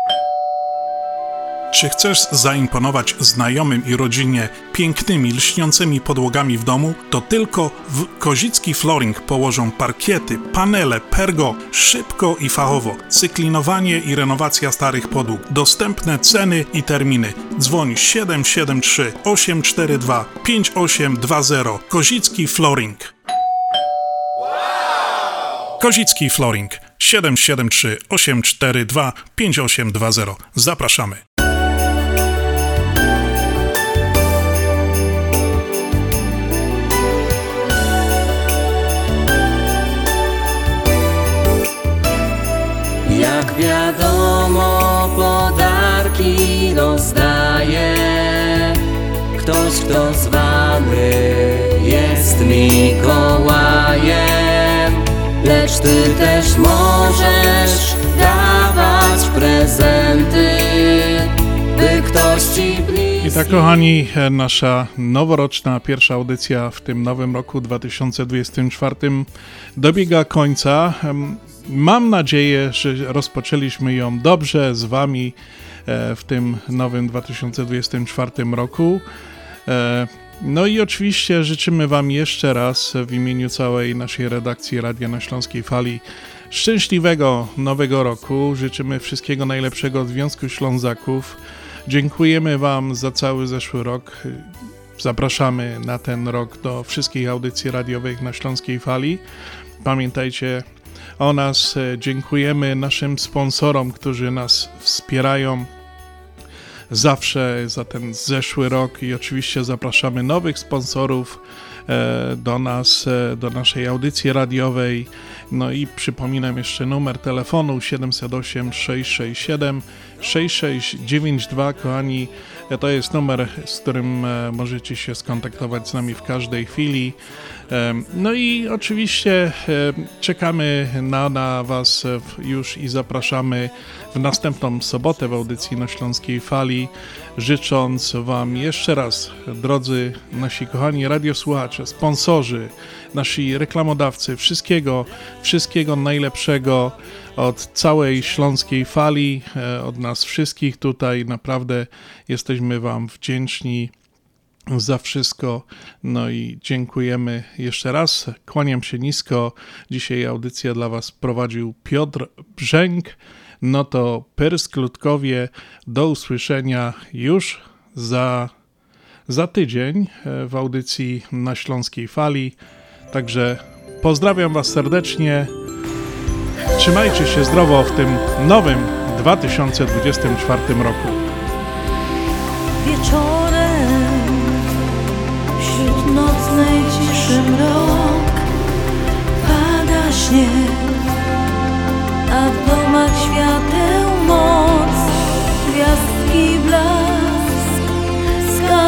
Czy chcesz zaimponować znajomym i rodzinie pięknymi, lśniącymi podłogami w domu? To tylko w Kozicki Flooring położą parkiety, panele, pergo, szybko i fachowo. Cyklinowanie i renowacja starych podłóg. Dostępne ceny i terminy. Dzwoń 773 842 5820. Kozicki Flooring. Kozicki Flooring 773 842 5820. Zapraszamy. Jak wiadomo, podarki rozdaje ktoś, kto zwany jest Mikołajem. Lecz ty też możesz dawać prezenty, by ktoś ci bliski. I tak, kochani, nasza noworoczna pierwsza audycja w tym nowym roku 2024 dobiega końca. Mam nadzieję, że rozpoczęliśmy ją dobrze z Wami w tym nowym 2024 roku. No i oczywiście życzymy Wam jeszcze raz w imieniu całej naszej redakcji Radia na Śląskiej Fali szczęśliwego nowego roku. Życzymy wszystkiego najlepszego od Związku Ślązaków. Dziękujemy Wam za cały zeszły rok. Zapraszamy na ten rok do wszystkich audycji radiowych na Śląskiej Fali. Pamiętajcie o nas. Dziękujemy naszym sponsorom, którzy nas wspierają zawsze za ten zeszły rok i oczywiście zapraszamy nowych sponsorów do nas, do naszej audycji radiowej. No i przypominam jeszcze numer telefonu 708 667 6692. Kochani, to jest numer, z którym możecie się skontaktować z nami w każdej chwili. No i oczywiście czekamy na Was już i zapraszamy w następną sobotę w audycji na Śląskiej Fali, życząc Wam jeszcze raz, drodzy nasi kochani radiosłuchacze, sponsorzy, nasi reklamodawcy, wszystkiego najlepszego od całej Śląskiej Fali, od nas wszystkich tutaj. Naprawdę jesteśmy Wam wdzięczni za wszystko. No i dziękujemy jeszcze raz. Kłaniam się nisko. Dzisiaj audycję dla Was prowadził Piotr Brzęk. No to Persklutkowie, do usłyszenia już za tydzień w audycji na Śląskiej Fali. Także pozdrawiam Was serdecznie. Trzymajcie się zdrowo w tym nowym 2024 roku. Wieczorem wśród nocnej ciszy mrok pada śnieg, a w domach świateł moc, gwiazdki blask.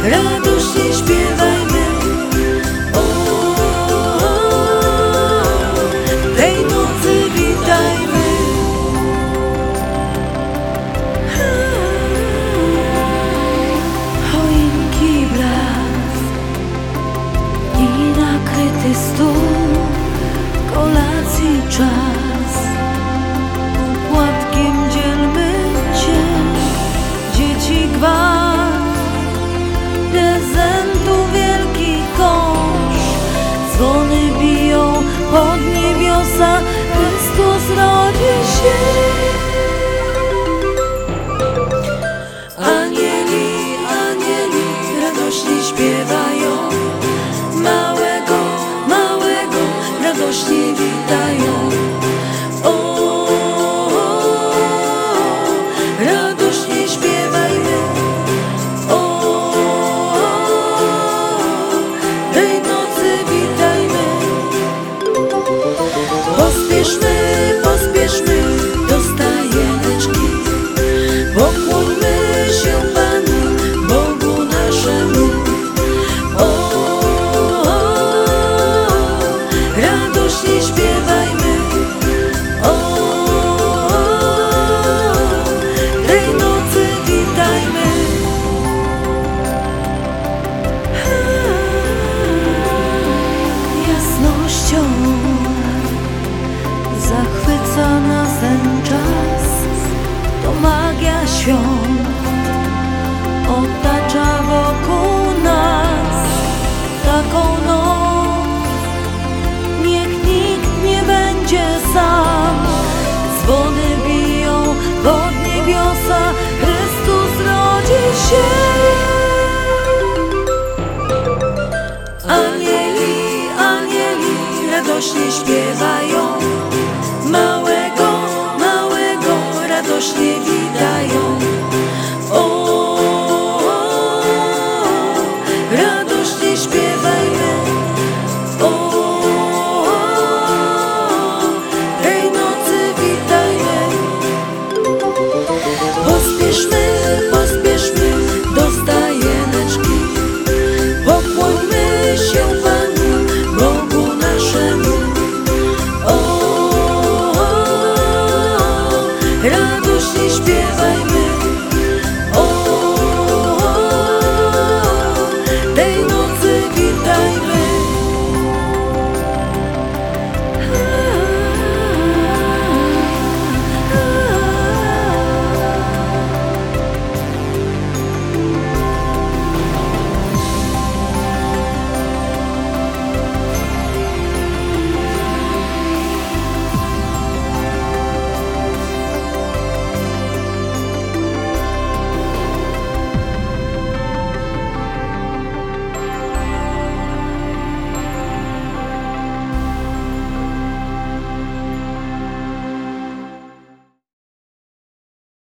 radośnie śpiewajmy. O, tej nocy witajmy. Choinki blask i nakryty stół, kolacji czas, opłatkiem dzielmy się, dzieci gwar, prezentu wielki kosz, dzwony biją pod niebiosa, Chrystus rodzi się.